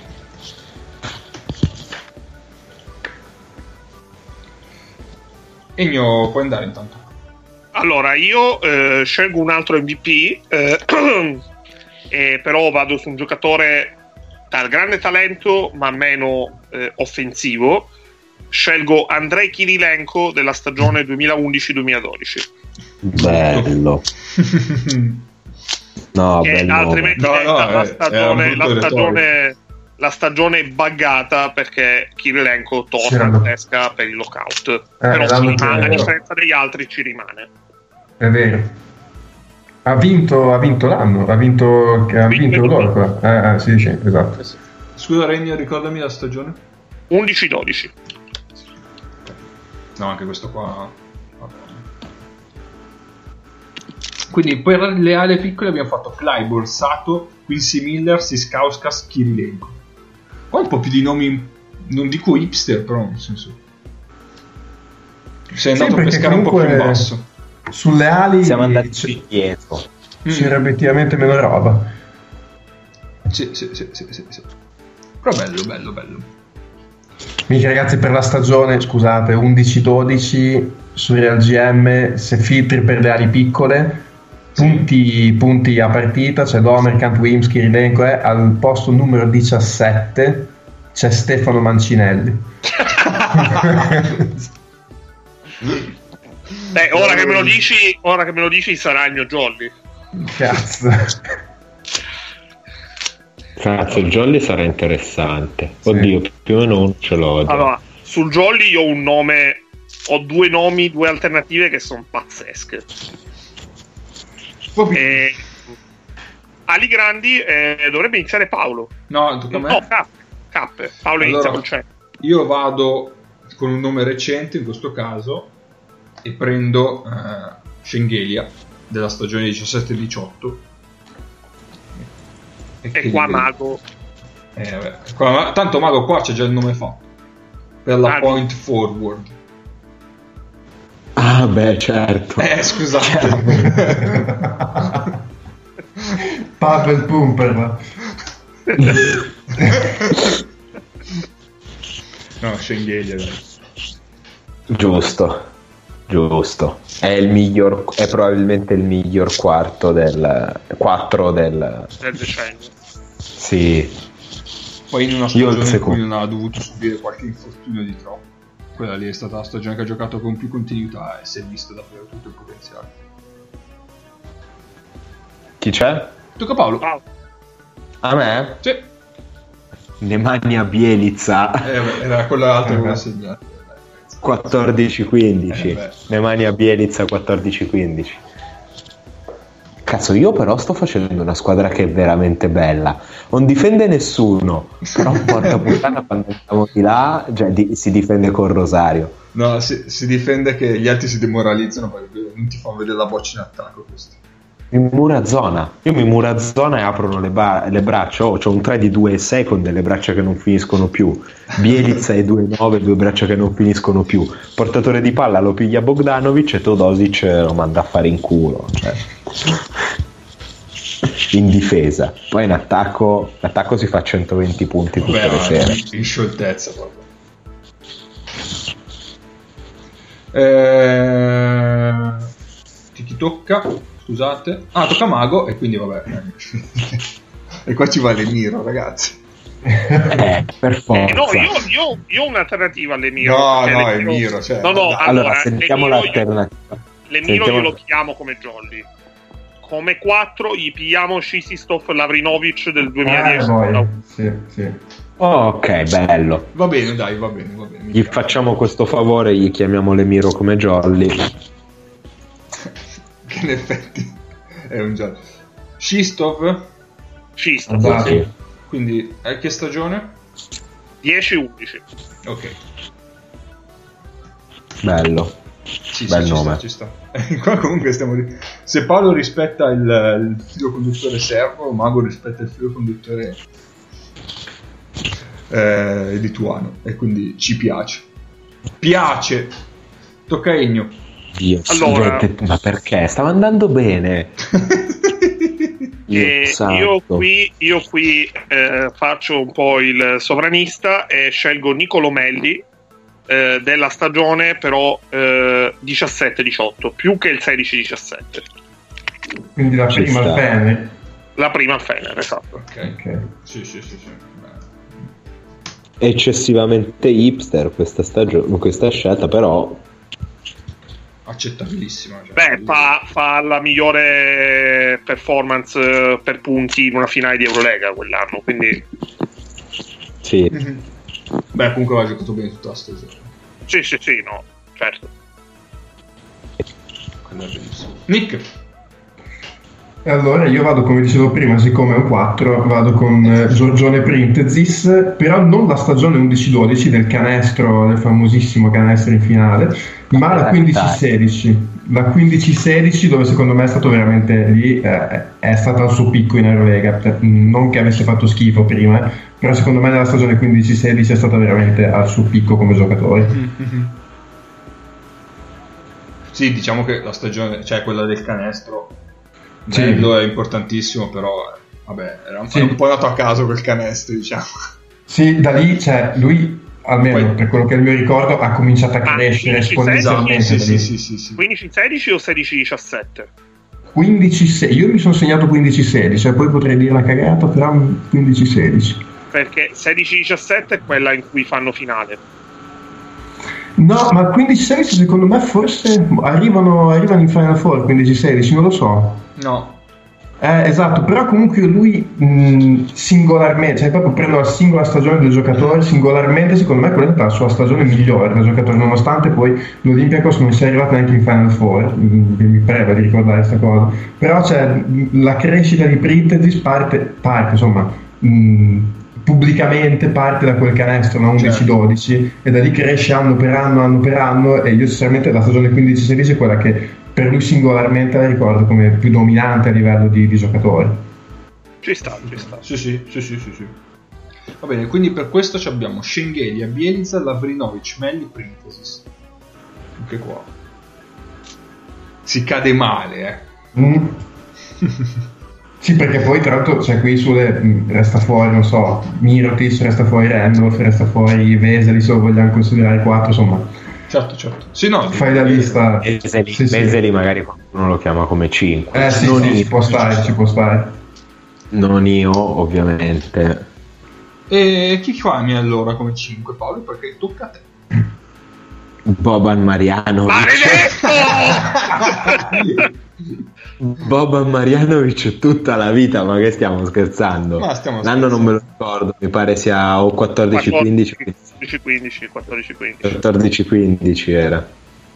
S1: Egno, puoi andare intanto.
S4: Allora, io scelgo un altro MVP, però vado su un giocatore dal grande talento ma meno offensivo. Scelgo Andrei Kirilenko della stagione 2011-2012.
S3: Bello. No, bello.
S4: Altrimenti la stagione buggata, perché Kirilenko torna in testa per il lockout. Però ci rimane, a differenza degli altri ci rimane.
S2: È vero. Ha vinto l'anno, ha vinto loro. Sì, esatto.
S1: Scusa Regno, ricordami la stagione.
S4: 11-12.
S1: No, anche questo qua. Quindi per le aree piccole abbiamo fatto Clyburn, Sato, Quincy Miller, Siskauskas, Kirilenko. Qua un po' più di nomi, non dico hipster, però nel senso sei andato a pescare un po' più in basso.
S2: Sulle ali
S3: siamo andati dietro.
S2: C'era effettivamente meno roba.
S1: Sì. Però bello.
S2: Mica, ragazzi, per la stagione, scusate, 11-12 su Real GM, se filtri per le ali piccole, punti a partita, c'è Domerkant, Wims, Kirilenko, al posto numero 17 c'è Stefano Mancinelli.
S4: Ora che me lo dici sarà il mio jolly.
S2: Cazzo,
S3: il jolly sarà interessante. Oddio, più o meno non ce l'ho.
S4: Allora, sul jolly io ho 2 nomi, 2 alternative che sono pazzesche. Ali grandi, dovrebbe iniziare Paolo.
S1: No, tocca a me.
S4: No, Cappe. Paolo inizia col centro.
S1: Io vado con un nome recente in questo caso e prendo Schengelia della stagione 17-18.
S4: E qua Mago.
S1: Tanto Mago qua c'è già il nome fatto per la point forward.
S3: Ah beh, certo.
S1: Scusate.
S2: Pavel Pumper.
S1: No, Schengelia.
S3: Giusto. Giusto. È probabilmente il miglior quarto del 4 del
S4: decennio.
S3: Sì.
S1: Poi in una stagione in cui non ha dovuto subire qualche infortunio di troppo. Quella lì è stata la stagione che ha giocato con più continuità e si è visto davvero tutto il potenziale.
S3: Chi c'è?
S1: Tocca Paolo.
S3: A me?
S1: Sì.
S3: Nemanja Bjelica.
S1: Era quell'altro che aveva segnato.
S3: 14-15. Nemanja Bjelica 14-15. Cazzo, io però sto facendo una squadra che è veramente bella. Non difende nessuno, però porca puttana quando andiamo di là, si difende col Rosario.
S1: No, si difende che gli altri si demoralizzano perché non ti fanno vedere la boccia in attacco. Questo.
S3: Mi mura zona. Io mi mura zona e aprono le braccia. C'ho un 3 di 2,6 con delle braccia che non finiscono più. Bjelica e 2,9, 2 braccia che non finiscono più. Portatore di palla lo piglia Bogdanovic e Todosic lo manda a fare in culo. Cioè. In difesa. Poi in attacco si fa 120 punti tutte le sere.
S1: In scioltezza proprio. Chi tocca? Scusate. Tocca Mago e quindi vabbè. E qua ci va l'Emiro, ragazzi.
S3: Per forza.
S4: No, io ho un'alternativa all'Emiro.
S1: No, Emiro. Cioè,
S3: allora sentiamo l'alternativa.
S4: L'Emiro io lo chiamo come Jolly. Come 4 gli pigliamo Šistov Lavrinovic del 2010.
S2: Sì.
S3: Ok, bello.
S1: Va bene, dai, va bene.
S3: Gli facciamo questo favore, gli chiamiamo l'Emiro come Jolly.
S1: Che in effetti è un Jolly. Šistov.
S2: Esatto.
S1: Quindi, che stagione?
S4: 10-11.
S1: Ok.
S3: Bello.
S1: Sì,
S3: bel nome.
S1: Ci sta. Qua comunque se Paolo rispetta il filo conduttore serbo, Mago rispetta il filo conduttore lituano, e quindi ci piace. Tocca a Egno.
S3: Dio,
S4: allora,
S3: ma perché? Stava andando bene.
S4: Io qui faccio un po' il sovranista e scelgo Nicolo Melli della stagione però 17-18 più che il 16-17.
S2: Quindi la prima al Fener.
S4: La prima al Fener, esatto.
S1: Ok. Sì.
S3: Eccessivamente hipster questa scelta, però
S1: accettabilissima.
S3: fa
S4: la migliore performance per punti in una finale di Eurolega quell'anno, quindi
S3: sì.
S1: Mm-hmm. Beh, comunque ha giocato bene tutta la stagione.
S4: Sì, no, certo.
S1: Quello è benissimo. Nick.
S2: E allora io vado, come dicevo prima, siccome è un 4, vado con Giorgione Printezis, però non la stagione 11-12 del canestro, del famosissimo canestro in finale, ma la 15-16. La 15-16 dove secondo me è stato veramente lì, è stato al suo picco in Eurolega, non che avesse fatto schifo prima, però secondo me nella stagione 15-16 è stata veramente al suo picco come giocatore.
S1: Mm-hmm. Sì, diciamo che la stagione, cioè quella del canestro, bello, è importantissimo, però vabbè, era un po' dato a caso quel canestro, diciamo.
S2: Sì, da lì, cioè, lui, almeno per quello che è il mio ricordo, ha cominciato a crescere esponenzialmente.
S1: Sì.
S4: 15-16 o 16-17?
S2: 15-16, io mi sono segnato 15-16, cioè poi potrei dire una cagata, però 15-16.
S4: Perché 16-17 è quella in cui fanno finale.
S2: No, ma 15-16 secondo me forse arrivano in Final Four, 15-16, non lo so.
S1: No.
S2: Esatto, però comunque lui singolarmente, cioè proprio prendo la singola stagione del giocatore, singolarmente secondo me quella è la sua stagione migliore del giocatore, nonostante poi l'Olympiacos non sia arrivato neanche in Final Four, mi preva di ricordare questa cosa, però c'è la crescita di Printezis parte insomma, pubblicamente parte da quel canestro 11-12 e da lì cresce anno per anno, e io sinceramente la stagione 15-16 è quella che per lui singolarmente la ricordo come più dominante a livello di giocatore.
S4: Ci sta.
S1: Sì. Va bene, quindi per questo abbiamo Schengelia, Bjelica, Lavrinovic, Melli, Printezis. Anche qua si cade male,
S2: Sì, perché poi tra l'altro c'è qui resta fuori, non so, Mirotic, resta fuori Randolph, resta fuori Vesely, se lo vogliamo considerare 4, insomma.
S1: Certo. Sì, no,
S2: fai la lista.
S3: Veseli magari qualcuno lo chiama come 5.
S2: Ci può stare.
S3: Non io, ovviamente.
S1: E chi chiami allora come 5, Paolo? Perché tocca a te.
S3: Boban Marjanovic. Boban Marjanovic tutta la vita, ma che stiamo scherzando? L'anno non me lo ricordo, mi pare sia o 14-15. 14-15 era.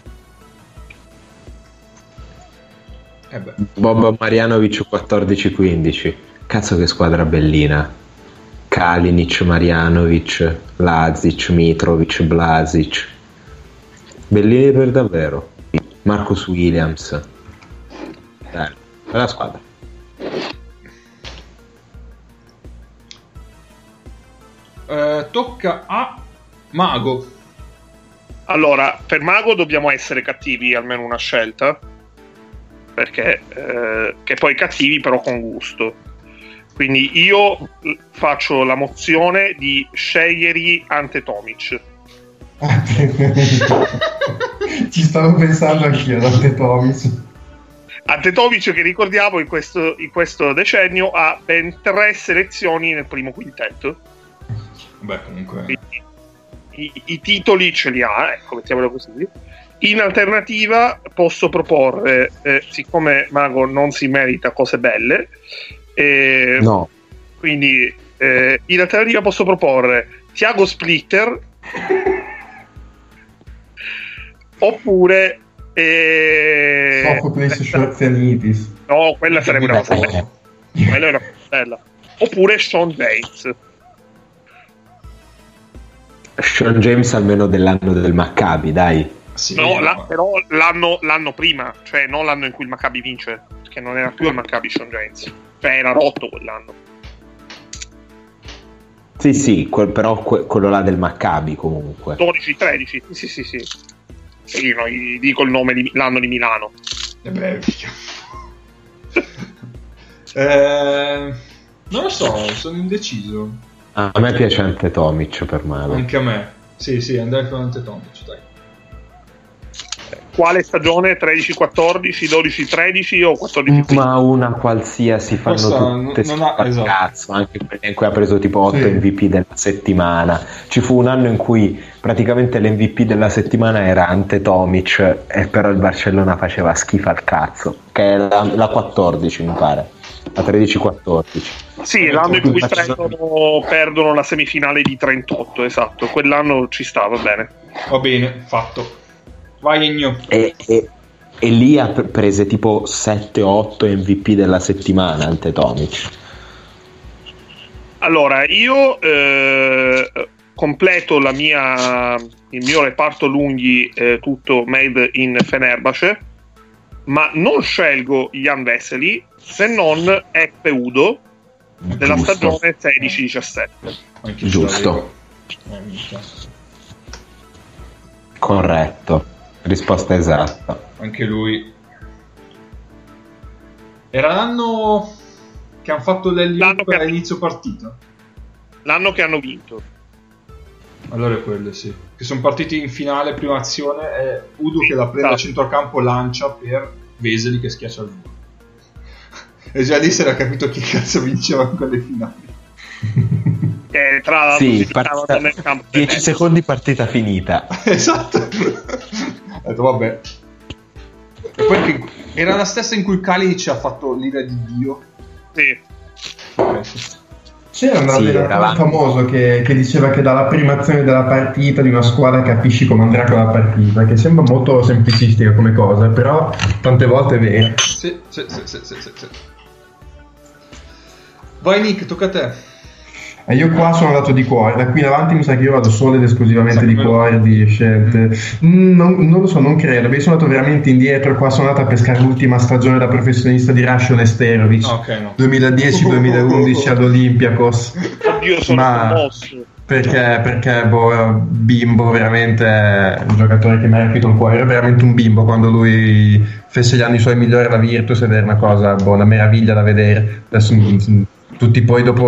S3: Boban Marjanovic 14-15. Cazzo che squadra bellina. Kalinic, Marjanovic, Lazic, Mitrovic, Blasic. Bellini per davvero. Marcus Williams. Bella squadra.
S1: Tocca a Mago.
S4: Allora, per Mago dobbiamo essere cattivi, almeno una scelta, perché che poi cattivi però con gusto. Quindi io faccio la mozione di scegliere Ante Tomic.
S2: Ci stavo pensando anch'io, Ante Tomic.
S4: Ante Tomic, che ricordiamo in questo decennio ha ben 3 selezioni nel primo quintetto.
S1: Beh, comunque
S4: i titoli ce li ha, ecco, mettiamolo così. In alternativa posso proporre, siccome Mago non si merita cose belle,
S3: no,
S4: quindi in alternativa posso proporre Thiago Splitter oppure
S2: Sofocles Schwarzenidis.
S4: No, quella sarebbe una cosa bella. Quella è una cosa bella. Oppure Sean James.
S3: Sean James almeno dell'anno del Maccabi, dai.
S1: Sì,
S4: però l'anno prima, cioè non l'anno in cui il Maccabi vince, perché non era più il Maccabi Sean James, cioè era rotto quell'anno.
S3: Sì, però quello là del Maccabi comunque.
S4: 12-13, sì. Io gli dico il nome l'anno di Milano.
S1: Non lo so, sono indeciso.
S3: A me piace Ante Tomic per male.
S1: Anche a me. Sì, andrei con Ante Tomic, dai.
S4: Quale stagione? 13-14, 12-13 o 14-15?
S3: Ma una qualsiasi, fanno tutte
S1: esatto.
S3: Cazzo, anche quella in cui ha preso tipo 8 MVP della settimana. Ci fu un anno in cui praticamente l'MVP della settimana era Ante Tomic, e però il Barcellona faceva schifo al cazzo, che è la 14 mi pare, la 13-14.
S4: Sì, l'anno in cui perdono la semifinale di 38, esatto, quell'anno ci stava bene.
S1: Va bene, fatto. Vai Ennio.
S3: E lì ha prese tipo 7-8 MVP della settimana Ante Tomic.
S4: Allora, io completo il mio reparto lunghi tutto made in Fenerbahce, ma non scelgo Jan Vesely se non Ekpe Udo della stagione 16-17.
S3: Giusto. Corretto. Risposta esatta.
S1: Anche lui. Era l'anno che hanno fatto l'Eliop all'inizio partita.
S4: L'anno che hanno vinto.
S1: Allora è quello, sì. Che sono partiti in finale, prima azione, è Udo che la prende a centrocampo, lancia per Vesely che schiaccia il volo. E già lì si era capito chi cazzo vinceva in quelle finali.
S4: Tra l'altro
S3: sì, nel campo 10 secondi partita finita.
S1: Esatto. Ho detto vabbè. E poi era la stessa in cui Kalinic ha fatto l'ira di Dio.
S4: Sì.
S1: Okay.
S2: C'era un allenatore famoso che diceva che dalla prima azione della partita di una squadra capisci come andrà con la partita, che sembra molto semplicistica come cosa, però tante volte è vero.
S1: Sì. Vai Nick, tocca a te.
S2: E io qua sono andato di cuore, da qui in avanti mi sa che io vado solo ed esclusivamente di cuore, di scelte. Non lo so, non credo, io sono andato veramente indietro, qua sono andato a pescare l'ultima stagione da professionista di Rashio Nesterovic,
S1: no.
S2: 2010-2011 ad Olympiakos.
S4: Oddio, sono commosso.
S2: Perché bimbo, veramente un giocatore che mi ha riempito il cuore, era veramente un bimbo quando lui fece gli anni suoi migliori alla Virtus ed era una cosa, una meraviglia da vedere. Adesso tutti poi dopo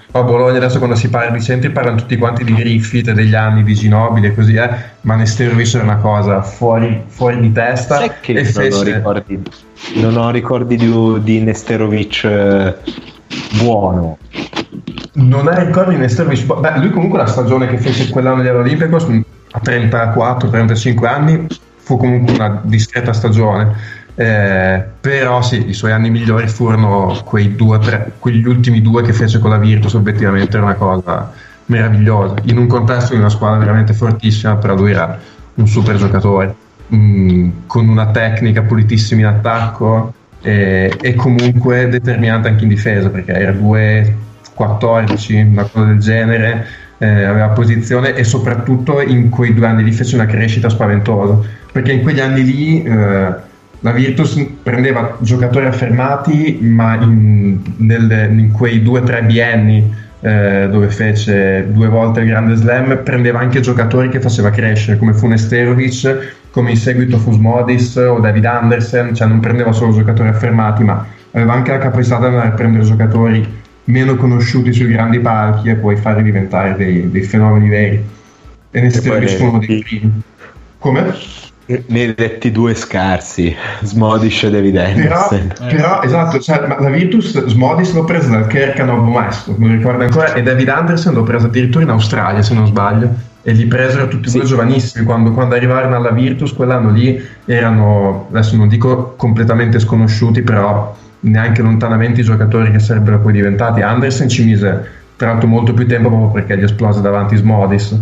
S2: a Bologna adesso quando si parla di centri parlano tutti quanti di Griffith, degli anni di Ginobili e così, ma Nesterovic era una cosa fuori di testa.
S3: Sai che non ho ricordi di Nesterovic buono.
S2: Non hai ricordi di Nesterovic? Beh, lui comunque la stagione che fece quell'anno dell'Olimpicos a 34-35 anni fu comunque una discreta stagione. Però sì, i suoi anni migliori furono quegli ultimi 2 che fece con la Virtus. Obiettivamente era una cosa meravigliosa in un contesto di una squadra veramente fortissima, però lui era un super giocatore con una tecnica pulitissima in attacco e comunque determinante anche in difesa, perché era 2-14, una cosa del genere, aveva posizione e soprattutto in quei 2 anni lì fece una crescita spaventosa, perché in quegli anni lì la Virtus prendeva giocatori affermati, ma in quei 2-3 bienni dove fece 2 volte il Grande Slam prendeva anche giocatori che faceva crescere, come fu Nesterovic, come in seguito fu Smodis o David Andersen, cioè non prendeva solo giocatori affermati, ma aveva anche la capacità di andare a prendere giocatori meno conosciuti sui grandi palchi e poi farli diventare dei fenomeni veri. E Nesterovic fu uno dei primi. Come?
S3: Ne hai detti 2 scarsi, Smodic e David Andersen.
S2: Però esatto, cioè, ma la Virtus Smodic l'ho presa dal Kerkanov Maestro, non ricordo ancora, e David Andersen l'ho preso addirittura in Australia se non sbaglio, e li presero tutti e 2 giovanissimi. Quando arrivarono alla Virtus quell'anno lì erano, adesso non dico completamente sconosciuti, però neanche lontanamente i giocatori che sarebbero poi diventati. Andersen ci mise tra l'altro molto più tempo proprio perché gli esplose davanti Smodic.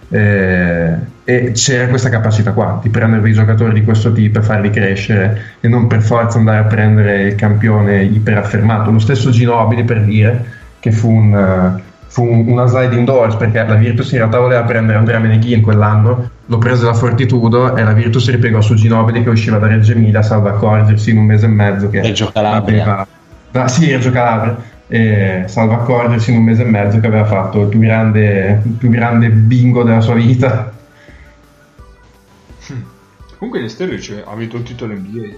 S2: E c'era questa capacità qua di prendere dei giocatori di questo tipo e farli crescere e non per forza andare a prendere il campione iperaffermato. Lo stesso Ginobili, per dire, che fu una sliding doors, perché la Virtus in realtà voleva prendere Andrea Meneghin quell'anno, lo prese la Fortitudo e la Virtus ripiegò su Ginobili che usciva da Reggio Emilia, salva accorgersi in un mese e mezzo che
S3: Reggio Calabria.
S2: Reggio Calabria, e salva accorgersi in un mese e mezzo che aveva fatto il più grande bingo della sua vita.
S1: Comunque Nesterovic ha vinto il titolo NBA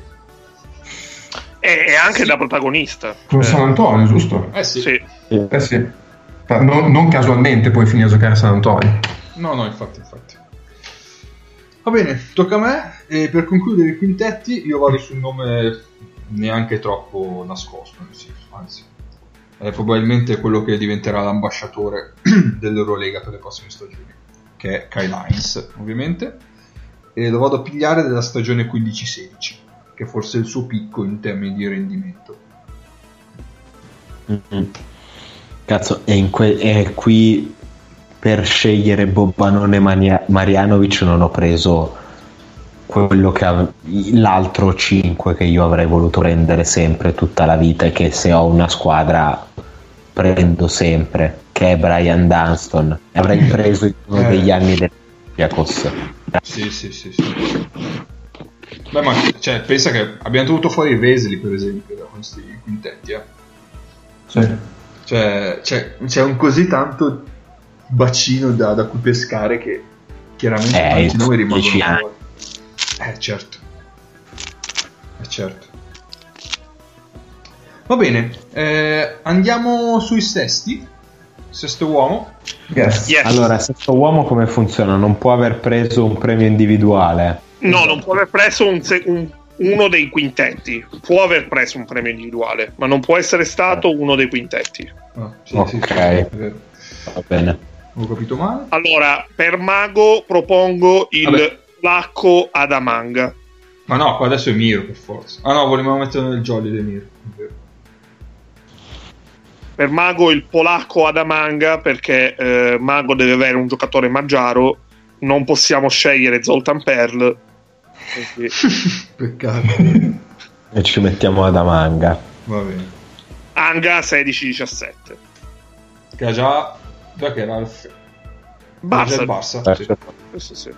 S4: e anche da protagonista
S2: con San Antonio, giusto?
S1: Sì.
S2: Sì. Non casualmente poi finì a giocare a San Antonio.
S1: No, infatti. Va bene, tocca a me. E per concludere i quintetti io vado sul nome neanche troppo nascosto, nel senso, anzi è probabilmente quello che diventerà l'ambasciatore dell'Eurolega per le prossime stagioni, che è Kyle Hines, ovviamente, e lo vado a pigliare della stagione 15-16, che forse è il suo picco in termini di rendimento.
S3: Cazzo, e qui per scegliere Bobbanone Marjanovic non ho preso quello l'altro 5 che io avrei voluto prendere sempre tutta la vita e che se ho una squadra prendo sempre, che è Brian Dunston. Avrei preso in uno degli anni del Olympiacos.
S1: Sì. Beh, ma cioè, pensa che abbiamo tenuto fuori Vesely, per esempio, da questi quintetti,
S2: Sì.
S1: Cioè, c'è un così tanto bacino da cui pescare che chiaramente tanti noi rimangono fuori. Certo. Va bene, andiamo sui sesti. Sesto uomo.
S2: Yes.
S3: Allora, sesto uomo come funziona? Non può aver preso un premio individuale?
S4: No, non può aver preso uno dei quintetti. Può aver preso un premio individuale, ma non può essere stato uno dei quintetti.
S3: Ok. Va bene.
S1: Ho capito male.
S4: Allora, per Mago propongo il Lacco Adamanga.
S1: Ma no, qua adesso è Miro per forza. Ah no, volevamo mettere nel jolly del Miro.
S4: Per Mago il polacco Adamanga, perché Mago deve avere un giocatore maggiaro, non possiamo scegliere Zoltan Perl.
S1: Peccato.
S3: E ci mettiamo Adamanga.
S1: Va bene.
S4: Anga 16-17.
S1: Che ha già che era il Barça.
S4: Sì.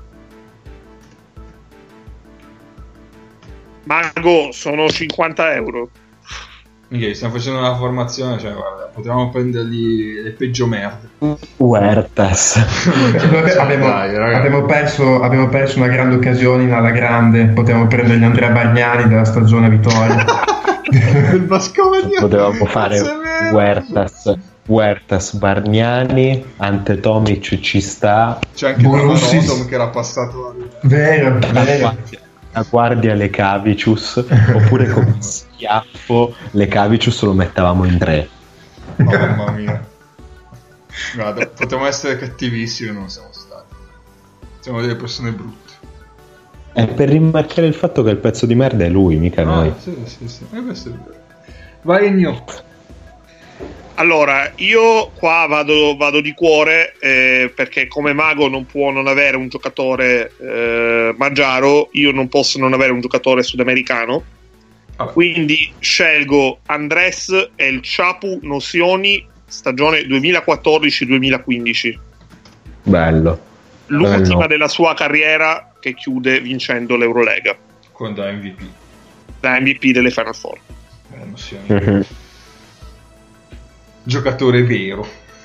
S4: Mago sono 50 euro.
S1: Mica, stiamo facendo una formazione, cioè guarda, potevamo prendergli le peggio merde.
S3: Huertas.
S2: abbiamo perso una grande occasione in alla grande. Potevamo prendergli Andrea Bargnani della stagione Vittoria.
S1: Il Bascogna.
S3: Potevamo fare Huertas. Huertas, Bargnani, Ante Tomic ci sta.
S1: C'è anche Rodom che era passato
S2: vero.
S3: La guardia Lekavicius, oppure come schiaffo Lekavicius lo mettevamo in 3.
S1: Mamma mia. Guarda, potevamo essere cattivissimi, non siamo stati. Siamo delle persone brutte.
S3: È per rimarcare il fatto che il pezzo di merda è lui, mica noi.
S1: Sì. Questo è vero. Vai Ennio.
S4: Allora, io qua vado di cuore perché come mago non può non avere un giocatore magiaro, io non posso non avere un giocatore sudamericano.
S1: Vabbè.
S4: Quindi scelgo Andrés El Chapu Nocioni, stagione 2014-2015.
S3: Bello.
S4: L'ultima della sua carriera, che chiude vincendo l'Eurolega.
S1: Con da MVP.
S4: Da MVP delle Final Four.
S1: Emozioni. Giocatore vero,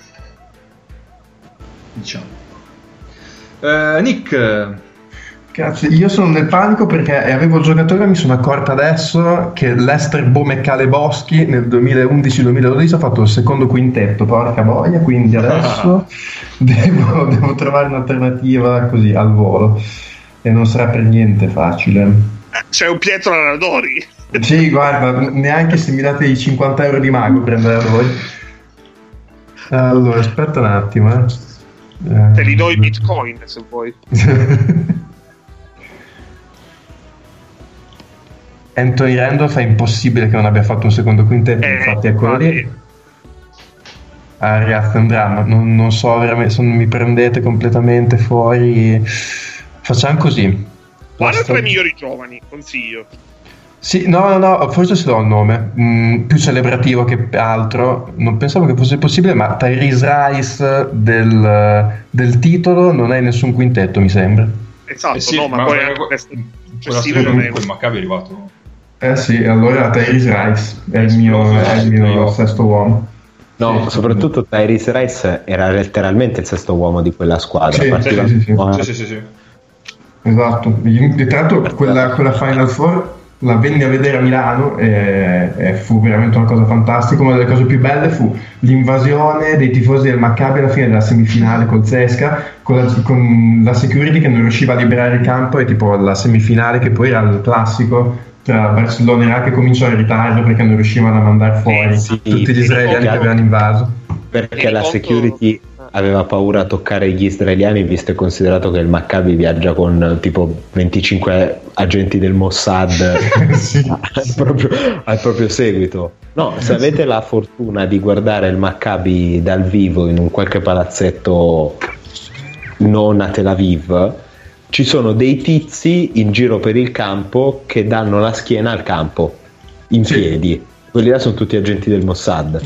S1: diciamo. Nick.
S2: Cazzo, io sono nel panico perché avevo il giocatore, mi sono accorto adesso che Lester Bomeccale Boschi nel 2011-2012 ha fatto il secondo quintetto, porca boia, quindi adesso devo trovare un'alternativa così al volo e non sarà per niente facile.
S4: C'è un Pietro Aradori.
S2: Sì, guarda, neanche se mi date i 50 euro di mago per andare a voi. Allora, aspetta un attimo.
S4: Te li do i bitcoin se vuoi.
S2: Anthony Randolph è impossibile che non abbia fatto un secondo quintetto, infatti è quello lì. Arias Andram, non so veramente, mi prendete completamente fuori. Facciamo così.
S4: Guarda tra i migliori giovani, consiglio.
S2: Sì, no, forse se do il nome, più celebrativo che altro, non pensavo che fosse possibile, ma Tyrese Rice del titolo non è in nessun quintetto, mi sembra.
S4: Esatto,
S1: sì,
S4: no, ma poi anche
S1: quel Maccabi è arrivato.
S2: Sì, allora Tyrese Rice è il mio sesto uomo.
S3: No, soprattutto Tyrese Rice era letteralmente il sesto uomo di quella squadra.
S1: Sì.
S2: Esatto, tra l'altro quella Final Four la venni a vedere a Milano e fu veramente una cosa fantastica. Una delle cose più belle fu l'invasione dei tifosi del Maccabi alla fine della semifinale col Zesca, con la security che non riusciva a liberare il campo, e tipo la semifinale che poi era il classico tra Barcellona e Iraq, che cominciò in ritardo perché non riuscivano a mandare fuori tutti gli israeliani che avevano invaso,
S3: perché la security aveva paura a toccare gli israeliani, visto e considerato che il Maccabi viaggia con tipo 25 agenti del Mossad
S2: sì.
S3: al proprio seguito. No, se avete la fortuna di guardare il Maccabi dal vivo in un qualche palazzetto non a Tel Aviv, ci sono dei tizi in giro per il campo che danno la schiena al campo in piedi. Quelli là sono tutti agenti del Mossad.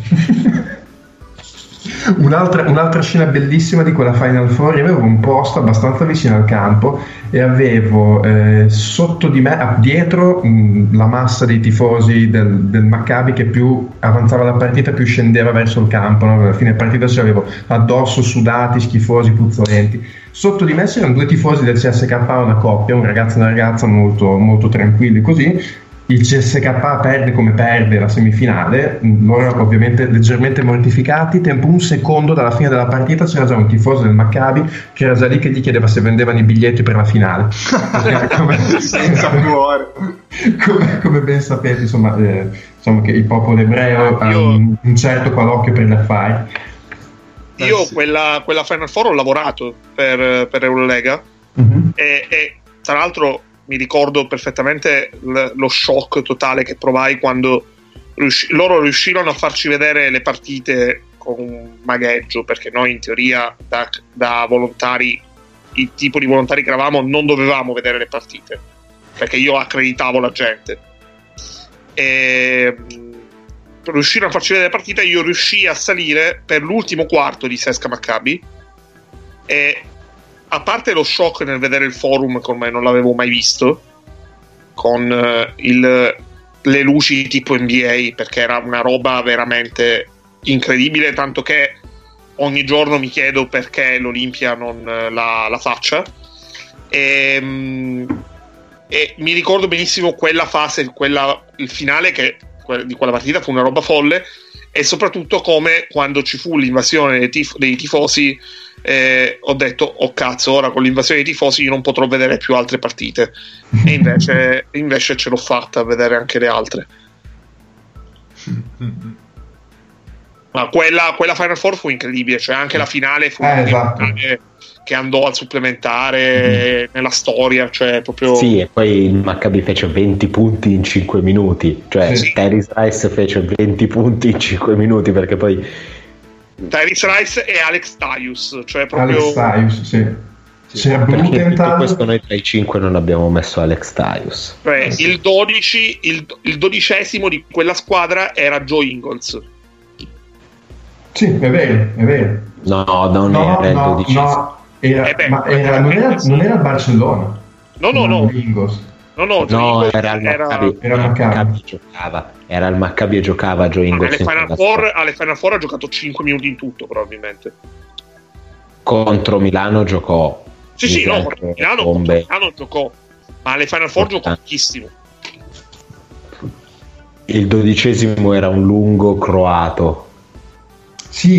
S2: Un'altra scena bellissima di quella Final Four: io avevo un posto abbastanza vicino al campo e avevo sotto di me, dietro la massa dei tifosi del Maccabi, che più avanzava la partita più scendeva verso il campo, no? Alla fine partita ce l'avevo addosso, sudati, schifosi, puzzolenti. Sotto di me c'erano due tifosi del CSKA, una coppia, un ragazzo e una ragazza, molto, molto tranquilli così. Il CSKA perde come perde la semifinale, loro ovviamente leggermente mortificati. Tempo un secondo dalla fine della partita c'era già un tifoso del Maccabi che era già lì che gli chiedeva se vendevano i biglietti per la finale.
S1: Senza cuore.
S2: Come ben sapete, insomma che il popolo ebreo ha un certo qualocchio per gli affari.
S4: Io quella Final Four ho lavorato per Eurolega, e tra l'altro mi ricordo perfettamente lo shock totale che provai quando loro riuscirono a farci vedere le partite con un magheggio, perché noi in teoria da volontari, il tipo di volontari che eravamo, non dovevamo vedere le partite perché io accreditavo la gente, e riuscirono a farci vedere le partite. Io riuscii a salire per l'ultimo quarto di Sesca Maccabi, e a parte lo shock nel vedere il forum come non l'avevo mai visto, con le luci tipo NBA, perché era una roba veramente incredibile, tanto che ogni giorno mi chiedo perché l'Olimpia non la faccia, e mi ricordo benissimo quella fase, il finale di quella partita fu una roba folle, e soprattutto come quando ci fu l'invasione dei tifosi ho detto oh cazzo, ora con l'invasione dei tifosi io non potrò vedere più altre partite e invece ce l'ho fatta a vedere anche le altre. Ma quella Final Four fu incredibile, cioè anche la finale fu
S2: esatto.
S4: che andò al supplementare nella storia, cioè proprio...
S3: Sì, e poi il Maccabi fece 20 punti in 5 minuti, cioè
S2: Sì.
S3: Tyrese Rice fece 20 punti in 5 minuti perché poi...
S4: Tyrese Rice e Alex Tyus, cioè proprio...
S2: Alex Tyus, sì. C'era
S3: Perché in tutto
S2: Blumenthal.
S3: questo noi tra i 5 non abbiamo messo Alex Tyus.
S4: Cioè, il 12esimo di quella squadra era Joe Ingles.
S2: Sì, è vero.
S3: No, non era il 12.
S2: No, non era il Barcellona.
S4: No.
S2: Ingles.
S4: No, Joe
S3: No,
S4: Ingles
S3: era il Maccabi.
S2: Era il Maccabi.
S3: Giocava. Era il Maccabi e giocava Joe Ingles.
S4: Alle Final Four ha giocato 5 minuti in tutto, probabilmente.
S3: Contro Milano giocò.
S4: Sì, no, Milano giocò, ma alle Final Four giocò pochissimo.
S3: Il 12esimo era un lungo croato.
S2: Sì,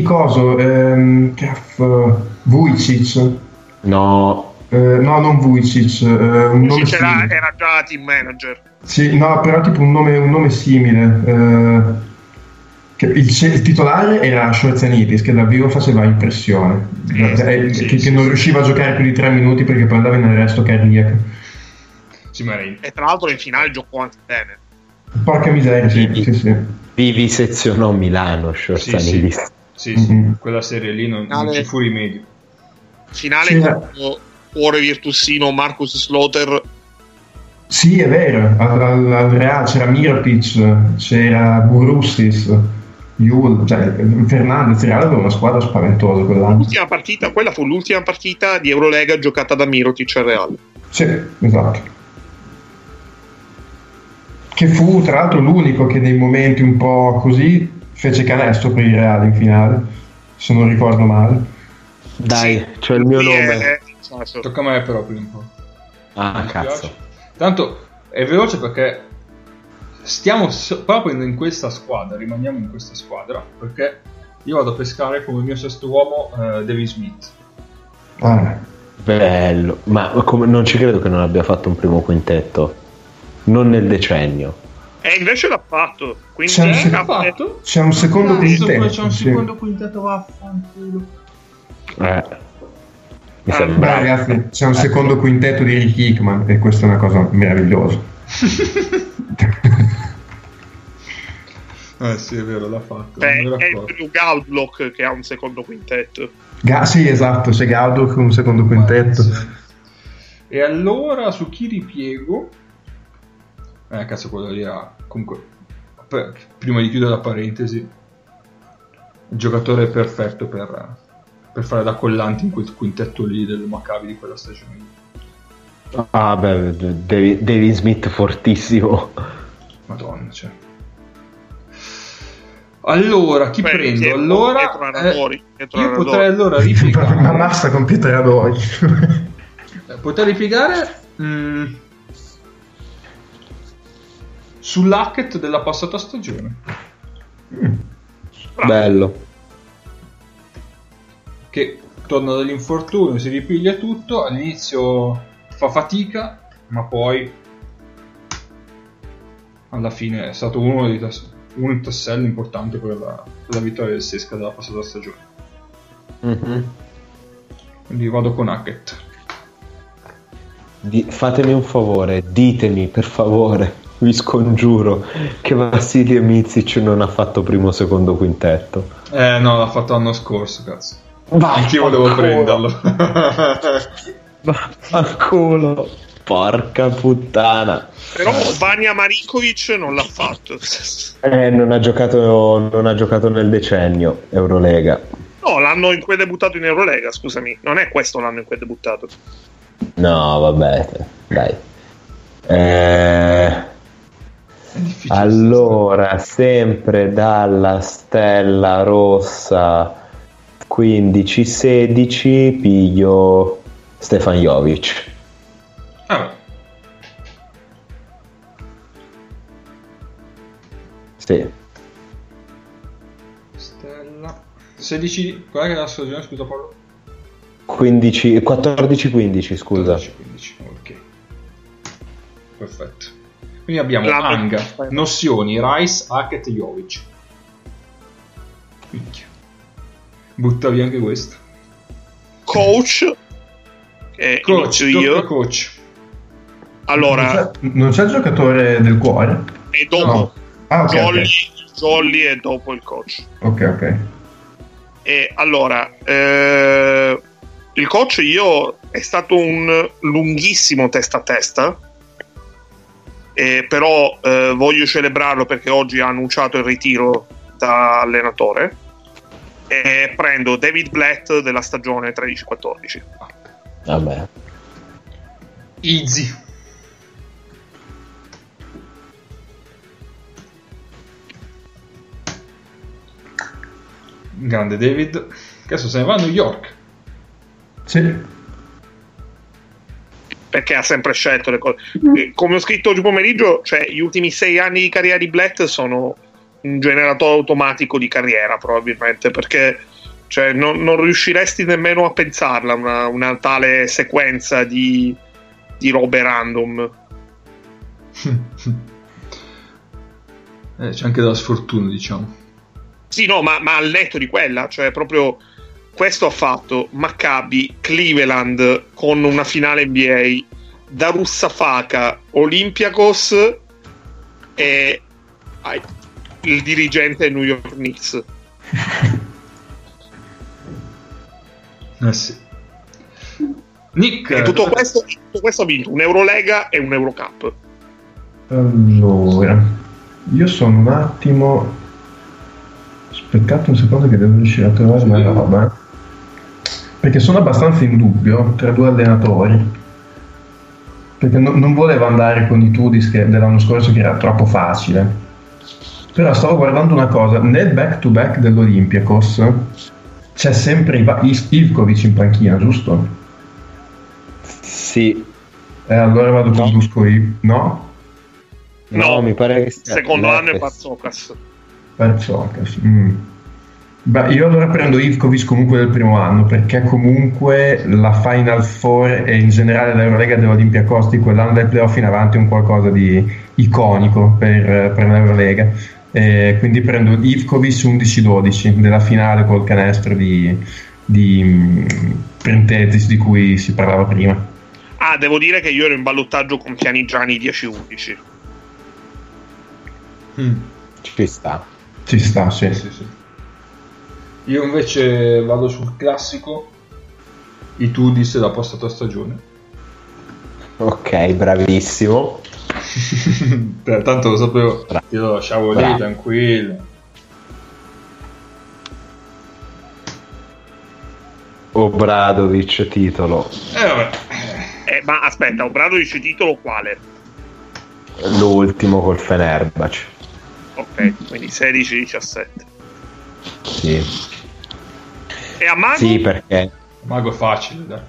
S2: Vujicic.
S3: No,
S2: non Vujicic, un nome simile.
S4: Era già team manager.
S2: Sì, no, però tipo un nome simile. Il titolare era Schwarzenidis, che dal vivo faceva impressione. Che non riusciva a giocare più di 3 minuti perché poi andava in arresto cardiaco.
S4: E tra l'altro in finale giocò anche bene.
S2: Porca miseria, sì.
S3: vivisezionò Milano Schwarzenidis.
S1: Sì. Quella serie lì non ci fu rimedio.
S4: Finale contro Cuore Virtusino, Marcus Slaughter.
S2: Sì, è vero, al Real c'era Mirotic, c'era Burussis, Fernandez. Real aveva una squadra spaventosa quell'anno.
S4: Quella fu l'ultima partita di Eurolega giocata da Mirotic al Real.
S2: Sì, esatto. Che fu tra l'altro l'unico che nei momenti un po' così fece canestro per il Real in finale, se non ricordo male.
S3: Dai, c'è il mio nome.
S1: Tocca a me però prima un po'.
S3: Cazzo.
S1: Tanto è veloce perché stiamo proprio in questa squadra, rimaniamo in questa squadra, perché io vado a pescare come mio sesto uomo Devin Smith.
S3: Bello, ma non ci credo che non abbia fatto un primo quintetto, non nel decennio.
S4: E invece l'ha fatto. Quindi
S2: c'è un secondo quintetto.
S1: C'è un secondo quintetto, vaffanculo.
S3: Mi sembra.
S2: Ragazzi, c'è un secondo quintetto di Rick Hickman e questa è una cosa meravigliosa.
S1: Sì, è vero, l'ha fatto.
S4: È il Gaudlock che ha un secondo quintetto.
S2: Sì, esatto, c'è Gaudlock con un secondo quintetto.
S1: E allora su chi ripiego? Cazzo, quello lì ha comunque, prima di chiudere la parentesi, il giocatore perfetto per fare da collante in quel quintetto lì del Maccabi di quella stagione.
S3: Devin Smith fortissimo.
S1: Madonna, cioè. Allora, chi prendo? Allora, io potrei allora ripiegare.
S2: Una massa con Pietraloi.
S1: Potrei ripiegare sull'Hackett della passata stagione.
S3: Bello.
S1: Che torna dall'infortunio, si ripiglia tutto, all'inizio fa fatica, ma poi alla fine è stato uno dei tasselli importanti per la vittoria del Sesca della passata stagione. Quindi vado con Hackett.
S3: Fatemi un favore, ditemi per favore, vi scongiuro, che Vasilij Micic non ha fatto primo secondo quintetto.
S1: No, l'ha fatto l'anno scorso, cazzo.
S3: Anch'io
S1: volevo prenderlo.
S3: Vaffanculo. Porca puttana.
S4: Però Vanja Marinkovic non l'ha fatto.
S3: Non ha giocato nel decennio Eurolega.
S4: No, l'anno in cui è debuttato in Eurolega, scusami. Non è questo l'anno in cui è debuttato.
S3: No, vabbè, dai. Allora, sempre dalla stella rossa 15-16 piglio Stefan Jovic.
S1: Ah.
S3: Sì.
S1: bella. 16, qual è la stagione, scusa Paolo?
S3: 14-15, scusa.
S1: 14-15, ok. Perfetto. Quindi abbiamo Anga, Nozioni, Rice, Hackett e Jovic. Minchia. Butta via anche questo.
S4: Coach. Io.
S1: Coach.
S4: Allora,
S2: non c'è il giocatore del cuore?
S4: E dopo.
S2: No. Ah, okay,
S4: Jolly e dopo il coach.
S2: Ok.
S4: E allora, il coach è stato un lunghissimo testa a testa, però voglio celebrarlo perché oggi ha annunciato il ritiro da allenatore e prendo David Blatt della stagione 13-14.
S3: Vabbè.
S1: Easy. Grande David, che adesso se ne va a New York.
S2: Sì.
S4: Perché ha sempre scelto le cose. Come ho scritto oggi pomeriggio, cioè gli ultimi 6 anni di carriera di Blatt sono un generatore automatico di carriera, probabilmente, perché cioè, non riusciresti nemmeno a pensarla una tale sequenza di robe random.
S1: C'è anche della sfortuna, diciamo.
S4: Sì, no, ma al netto di quella, cioè proprio questo ha fatto Maccabi, Cleveland con una finale NBA, Darussafaka, Olympiacos e il dirigente New York Knicks.
S1: Sì. Nick,
S4: e tutto questo ha vinto un Eurolega e un Eurocup.
S2: Allora, io sono un attimo... Aspettate un secondo che devo riuscire a trovare una roba, perché sono abbastanza in dubbio tra due allenatori, perché non volevo andare con i Tudis dell'anno scorso, che era troppo facile, però stavo guardando una cosa: nel back to back dell'Olympiacos c'è sempre Ivkovic in panchina, giusto?
S3: Sì.
S2: Allora vado con Dusko. No,
S3: mi pare che sia
S4: secondo anno è Pazzocas.
S2: Beh, io allora prendo Ivkovic comunque del primo anno, perché comunque la Final Four e in generale l'Eurolega dell'Olympiacos di quell'anno dai playoff in avanti è un qualcosa di iconico per l'Eurolega, quindi prendo Ivkovic 11-12 della finale col canestro di Printezis di cui si parlava prima.
S4: Devo dire che io ero in ballottaggio con Pianigiani 10-11.
S2: Ci sta, sì.
S1: Io invece vado sul classico, i Tudis da passata stagione.
S3: Ok, bravissimo.
S1: Tanto lo sapevo, io lo lasciavo lì tranquillo.
S3: Obradovic titolo.
S1: Vabbè.
S4: Ma aspetta, Obradovic titolo quale?
S3: L'ultimo col Fenerbahce.
S4: Ok, quindi 16-17.
S3: Sì.
S4: E a Mago?
S3: Sì, perché
S1: Mago è facile, dai.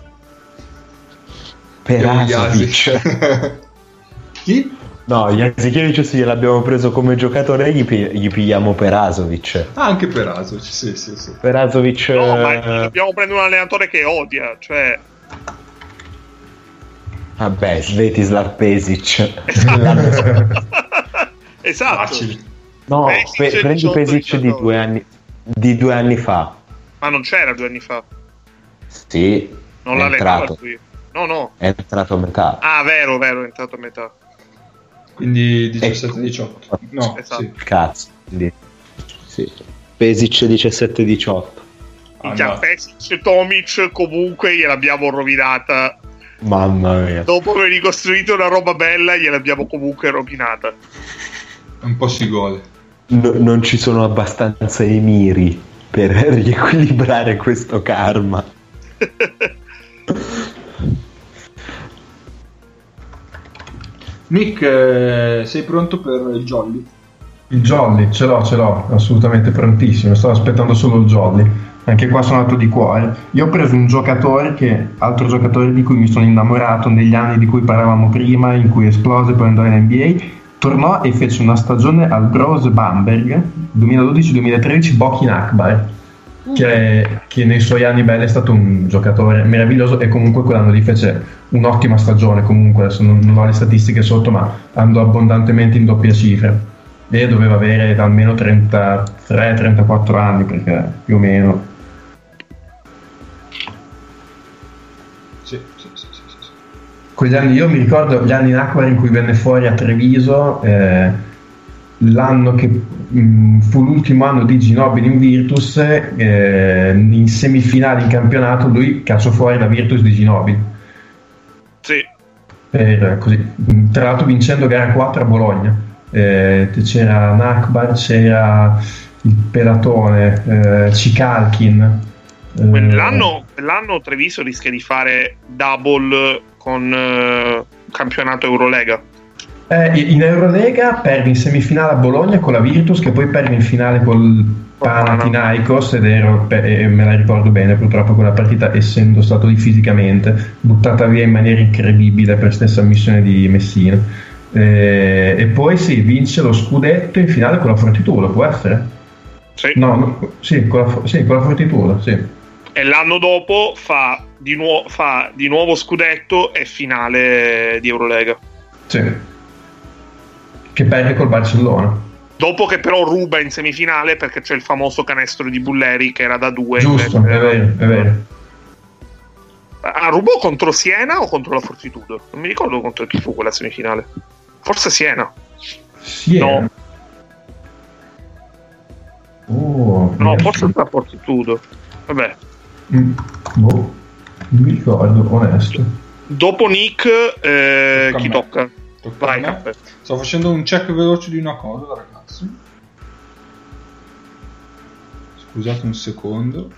S3: Perasovic.
S1: Chi?
S3: No, Jasikevicius sì, l'abbiamo preso come giocatore, gli pigliamo Perasovic.
S1: Anche Perasovic, sì.
S3: Perasovic.
S4: No, ma dobbiamo prendere un allenatore che odia, cioè.
S3: Vabbè, Svetislav Pesic.
S4: Esatto.
S1: Facile.
S3: No, prendi Pesic di 2 anni fa.
S4: Ma non c'era 2 anni fa?
S3: Sì.
S4: Non l'ha allenata qui. No.
S3: È entrato a metà.
S4: Vero, è entrato a metà.
S1: Quindi 17-18. No,
S4: esatto.
S1: sì.
S3: Cazzo. Sì. Pesic 17-18.
S4: Pesic, Tomic comunque gliel'abbiamo rovinata.
S3: Mamma mia.
S4: Dopo aver ricostruito una roba bella gliel'abbiamo comunque rovinata.
S1: Un po' si gode.
S3: Non ci sono abbastanza emiri per riequilibrare questo karma.
S1: Nick, sei pronto per il Jolly?
S2: Il Jolly, ce l'ho, assolutamente prontissimo. Stavo aspettando solo il Jolly. Anche qua sono andato di cuore. Io ho preso un giocatore altro giocatore di cui mi sono innamorato negli anni di cui parlavamo prima, in cui esplose poi andò in NBA, tornò e fece una stagione al Brose Bamberg 2012-2013 Bokin Akbar, che nei suoi anni belli è stato un giocatore meraviglioso, e comunque quell'anno lì fece un'ottima stagione. Comunque adesso non ho le statistiche sotto, ma andò abbondantemente in doppia cifra e doveva avere almeno 33-34 anni, perché più o meno
S1: Sì.
S2: quegli anni. Io mi ricordo gli anni in Akbar in cui venne fuori a Treviso, l'anno che fu l'ultimo anno di Ginobili in Virtus, in semifinale in campionato lui cacciò fuori la Virtus di Ginobili.
S4: Sì.
S2: Così, tra l'altro vincendo gara 4 a Bologna. C'era Nakbar, c'era il Pelatone, Cicalkin.
S4: Quell'anno Treviso rischia di fare double con campionato Eurolega.
S2: In Eurolega perde in semifinale a Bologna con la Virtus, che poi perde in finale col Panathinaikos, ed me la ricordo bene purtroppo quella partita, essendo stato lì fisicamente, buttata via in maniera incredibile per stessa ammissione di Messina. E poi vince lo scudetto in finale con la Fortitudo, può essere?
S4: Sì.
S2: Con la Fortitudo, sì.
S4: E l'anno dopo fa di nuovo scudetto e finale di Eurolega.
S2: Sì. Che perde col Barcellona.
S4: Dopo che però ruba in semifinale, perché c'è il famoso canestro di Bulleri che era da 2.
S2: Giusto, è vero.
S4: Rubò contro Siena o contro la Fortitudo? Non mi ricordo contro chi fu quella semifinale. Forse Siena. No. No, forse la Fortitudo. Vabbè.
S2: Non mi ricordo, onesto.
S4: Dopo Nick, chi tocca? Vai,
S1: Caffè. Sto facendo un check veloce di una cosa, ragazzi. Scusate un secondo.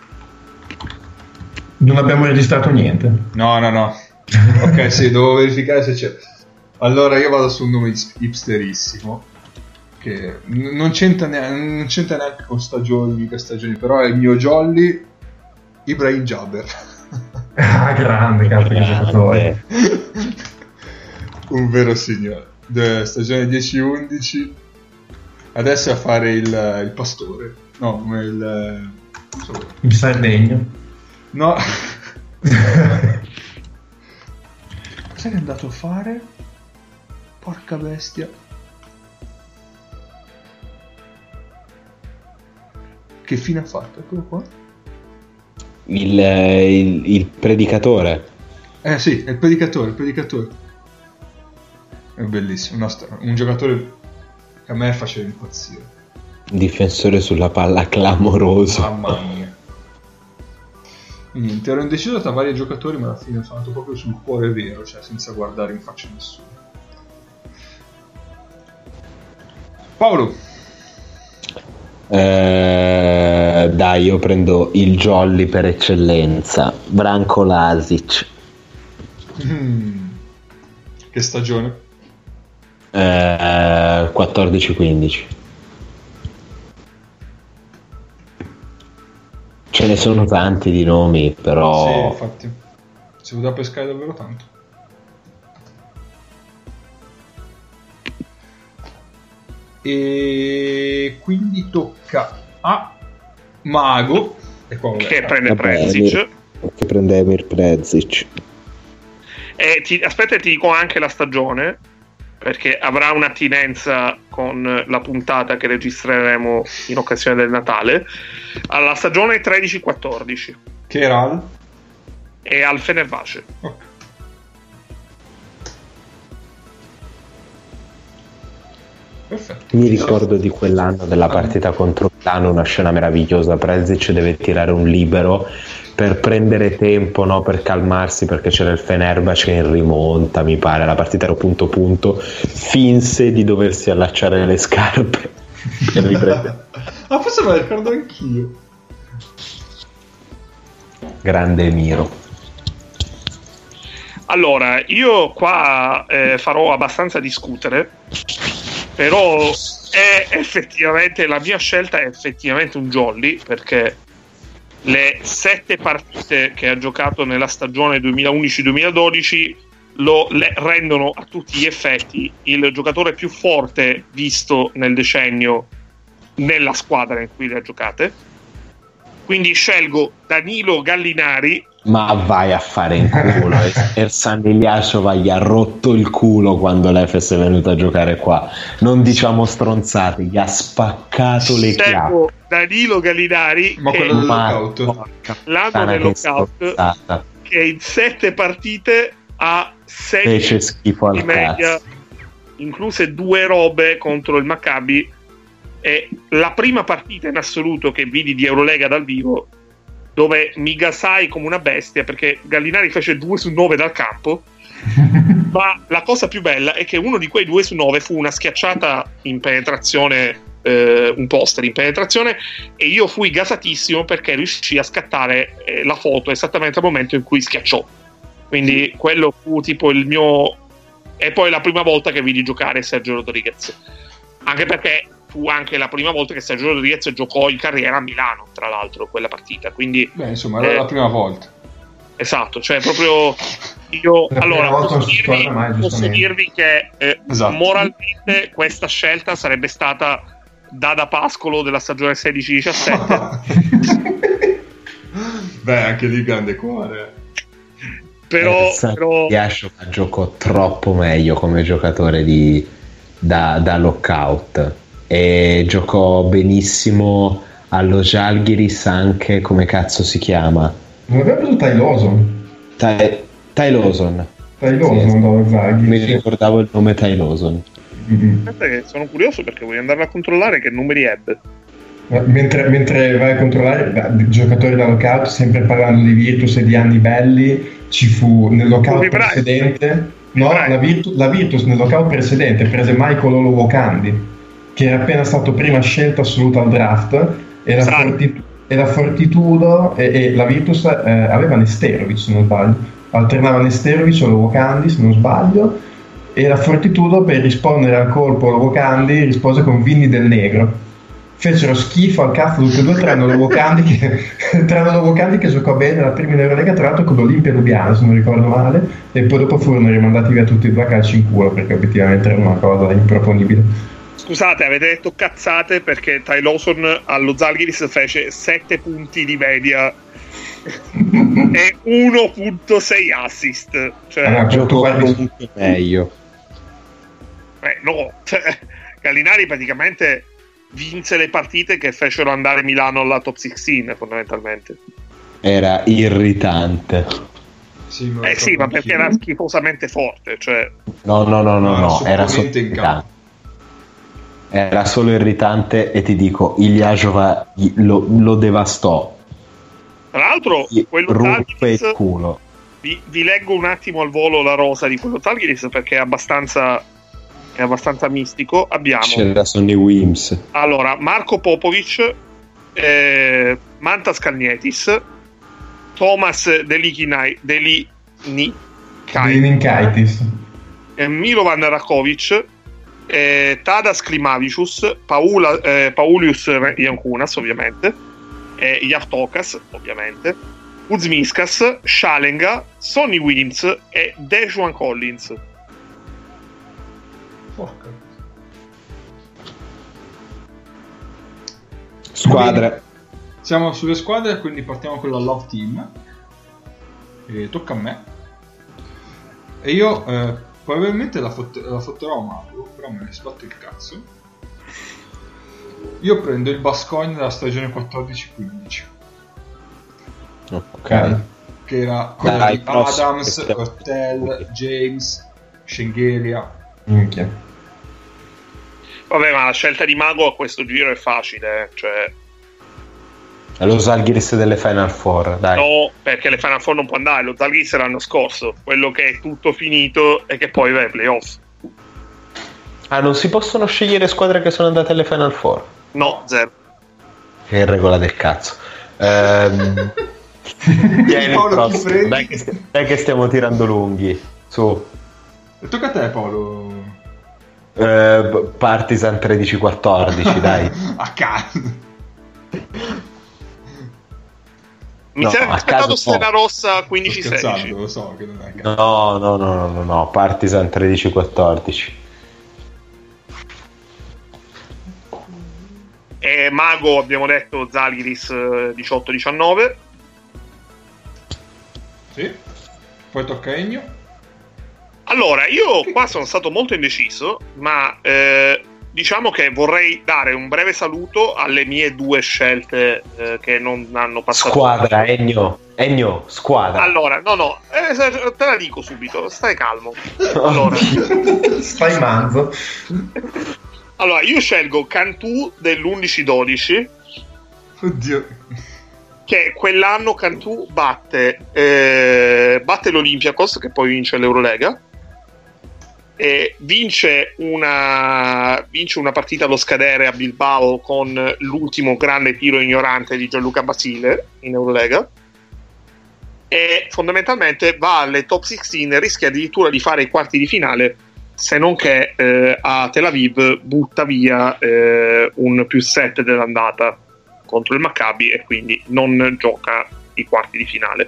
S2: Non abbiamo registrato niente.
S1: No. Ok, sì, devo verificare se c'è. Allora io vado su un nome hipsterissimo, che non c'entra neanche con stagioni, però è il mio Jolly, Ibrahim Jaber.
S2: Grande, cazzo, che giocatore.
S1: Un vero signore. Stagione 10-11. Adesso è a fare il pastore. No,
S2: il Sardegno.
S1: No. Cos'è che è andato a fare? Porca bestia. Che fine ha fatto? Eccolo qua.
S3: Il predicatore.
S1: Sì, è il predicatore. È bellissimo. Un giocatore che a me faceva impazzire.
S3: Difensore sulla palla clamoroso.
S1: Mamma mia. Niente, ero indeciso tra vari giocatori, ma alla fine sono andato proprio sul cuore vero, cioè senza guardare in faccia a nessuno. Paolo.
S3: Dai, io prendo il jolly per eccellenza, Branko Lasic.
S1: Che stagione?
S3: 14-15. Ce ne sono tanti di nomi, però
S1: sì, infatti si può pescare davvero tanto. E quindi tocca a Mago,
S4: che prende Prezic.
S3: Che prende Emir Prezic.
S4: E ti dico anche la stagione, perché avrà un'attinenza con la puntata che registreremo in occasione del Natale. Alla stagione 13-14,
S1: che era
S4: e al Fenerbahce.
S1: Perfetto.
S3: Mi ricordo di quell'anno della partita contro Milano, una scena meravigliosa. Prezic deve tirare un libero per prendere tempo, no? Per calmarsi, perché c'era il Fenerbahce in rimonta, mi pare, la partita era punto, finse di doversi allacciare le scarpe per riprendere.
S1: Forse me la ricordo anch'io.
S3: Grande Miro.
S4: Allora, io qua farò abbastanza discutere, però effettivamente la mia scelta è effettivamente un jolly, perché le 7 partite che ha giocato nella stagione 2011-2012 rendono a tutti gli effetti il giocatore più forte visto nel decennio nella squadra in cui le giocate. Quindi scelgo Danilo Gallinari.
S3: Ma vai a fare in culo. Ersan Ilyasova gli ha rotto il culo quando l'Efes è venuto a giocare qua. Non diciamo stronzate, gli ha spaccato le chiappe.
S4: Danilo Gallinari,
S1: ma quello del lockout,
S4: l'anno del lockout, che in 7 partite ha 6
S3: schifo al
S4: di media, incluse 2 robe contro il Maccabi. E la prima partita in assoluto che vidi di Eurolega dal vivo, dove mi gasai come una bestia perché Gallinari fece 2 su 9 dal campo. Ma la cosa più bella è che uno di quei 2 su 9 fu una schiacciata in penetrazione, un poster in penetrazione, e io fui gasatissimo perché riuscii a scattare la foto esattamente al momento in cui schiacciò. Quindi quello fu tipo il mio... E poi la prima volta che vidi giocare Sergio Rodriguez, anche perché fu anche la prima volta che Sergio Rodriguez giocò in carriera a Milano, tra l'altro, quella partita. Quindi
S1: insomma era la prima volta.
S4: Esatto, cioè proprio io allora posso dirvi che esatto, moralmente questa scelta sarebbe stata Dada Pascolo della stagione 16-17.
S1: Beh, anche lì grande cuore.
S4: Però
S3: Yashova giocò troppo meglio come giocatore da lockout, e giocò benissimo allo Žalgiris anche, come cazzo si chiama?
S2: Non aveva preso Ty
S3: Lawson
S2: dallo Žalgiris.
S3: Mi ricordavo il nome Ty Lawson.
S4: Sono curioso perché voglio andare a controllare che numeri ebbe.
S2: Mentre vai a controllare giocatori da lockout, sempre parlando di Virtus e di anni belli, ci fu nel lockout precedente la Virtus nel lockout precedente prese Michael Olowokandi, che era appena stato prima scelta assoluta al draft, e la Fortitudo e la Virtus aveva Nesterovic, se non sbaglio, alternava Nesterovic o Olowokandi, se non sbaglio, e la Fortitudo, per rispondere al colpo Olowokandi, rispose con Vinny Del Negro. Fecero schifo al cazzo tutti e due, tranne Olowokandi che giocò bene la prima in Eurolega, tra l'altro con l'Olimpia Lubiana, se non ricordo male, e poi dopo furono rimandati via tutti e due a calci in culo, perché obiettivamente era una cosa improponibile.
S4: Scusate, avete detto cazzate, perché Ty Lawson allo Žalgiris fece 7 punti di media e 1.6 assist, cioè
S3: giocò comunque meglio.
S4: No, cioè, Gallinari praticamente vinse le partite che fecero andare Milano alla top 16, fondamentalmente.
S3: Era irritante.
S1: Sì,
S4: ma perché era schifosamente forte, cioè...
S3: No, era solo irritante. Era solo irritante, e ti dico, Ilyasova lo devastò.
S4: Tra l'altro, quello
S3: ruppe il culo.
S4: Vi leggo un attimo al volo la rosa di quello Žalgiris, perché è abbastanza mistico. Abbiamo
S3: c'era Sonny Wims,
S4: allora Marko Popovic, Mantas Kalnietis, Tomas Delinikaitis, Milovan Rakovic, Tadas Klimavicius, Paulius Jankunas ovviamente, Javtokas ovviamente, Kuzmiskas, Shalenga, Sonny Wims e Dejuan Collins.
S3: Squadre.
S1: Siamo sulle squadre, quindi partiamo con la Love Team e tocca a me, e io probabilmente la fotterò a Marco, però me ne sbatto il cazzo. Io prendo il Baskogne della stagione 14-15,
S3: ok,
S1: che era quella di Adams, Hurtel, James, Schengelia.
S2: Minchia.
S4: Vabbè, ma la scelta di Mago a questo giro è facile, cioè...
S3: È lo Žalgiris delle Final Four, dai.
S4: No, perché le Final Four non può andare, lo Žalgiris l'anno scorso, quello che è tutto finito e che poi va ai playoff.
S3: Ah, non si possono scegliere squadre che sono andate alle Final Four?
S4: No, zero.
S3: Che regola del cazzo. Vieni il prossimo. Dai che stiamo tirando lunghi. Su.
S1: E tocca a te, Paolo.
S3: Partizan 13-14, dai.
S1: A caso.
S4: Mi sarei aspettato Stella Rossa 15-16.
S1: Lo so che non è a caso.
S3: No, Partizan 13-14.
S4: E Mago abbiamo detto Zalgiris 18-19.
S1: Sì. Poi tocca a Ennio.
S4: Allora, io qua sono stato molto indeciso, ma diciamo che vorrei dare un breve saluto alle mie due scelte che non hanno passato.
S3: Squadra, Ennio, squadra.
S4: Allora, te la dico subito, stai calmo. Allora,
S2: stai manzo.
S4: Allora, io scelgo Cantù dell'11-12.
S1: Oddio.
S4: Che quell'anno Cantù batte l'Olympiakos, che poi vince l'Eurolega, e vince una partita allo scadere a Bilbao con l'ultimo grande tiro ignorante di Gianluca Basile in Eurolega, e fondamentalmente va alle top 16 e rischia addirittura di fare i quarti di finale, se non che a Tel Aviv butta via un +7 dell'andata contro il Maccabi e quindi non gioca i quarti di finale.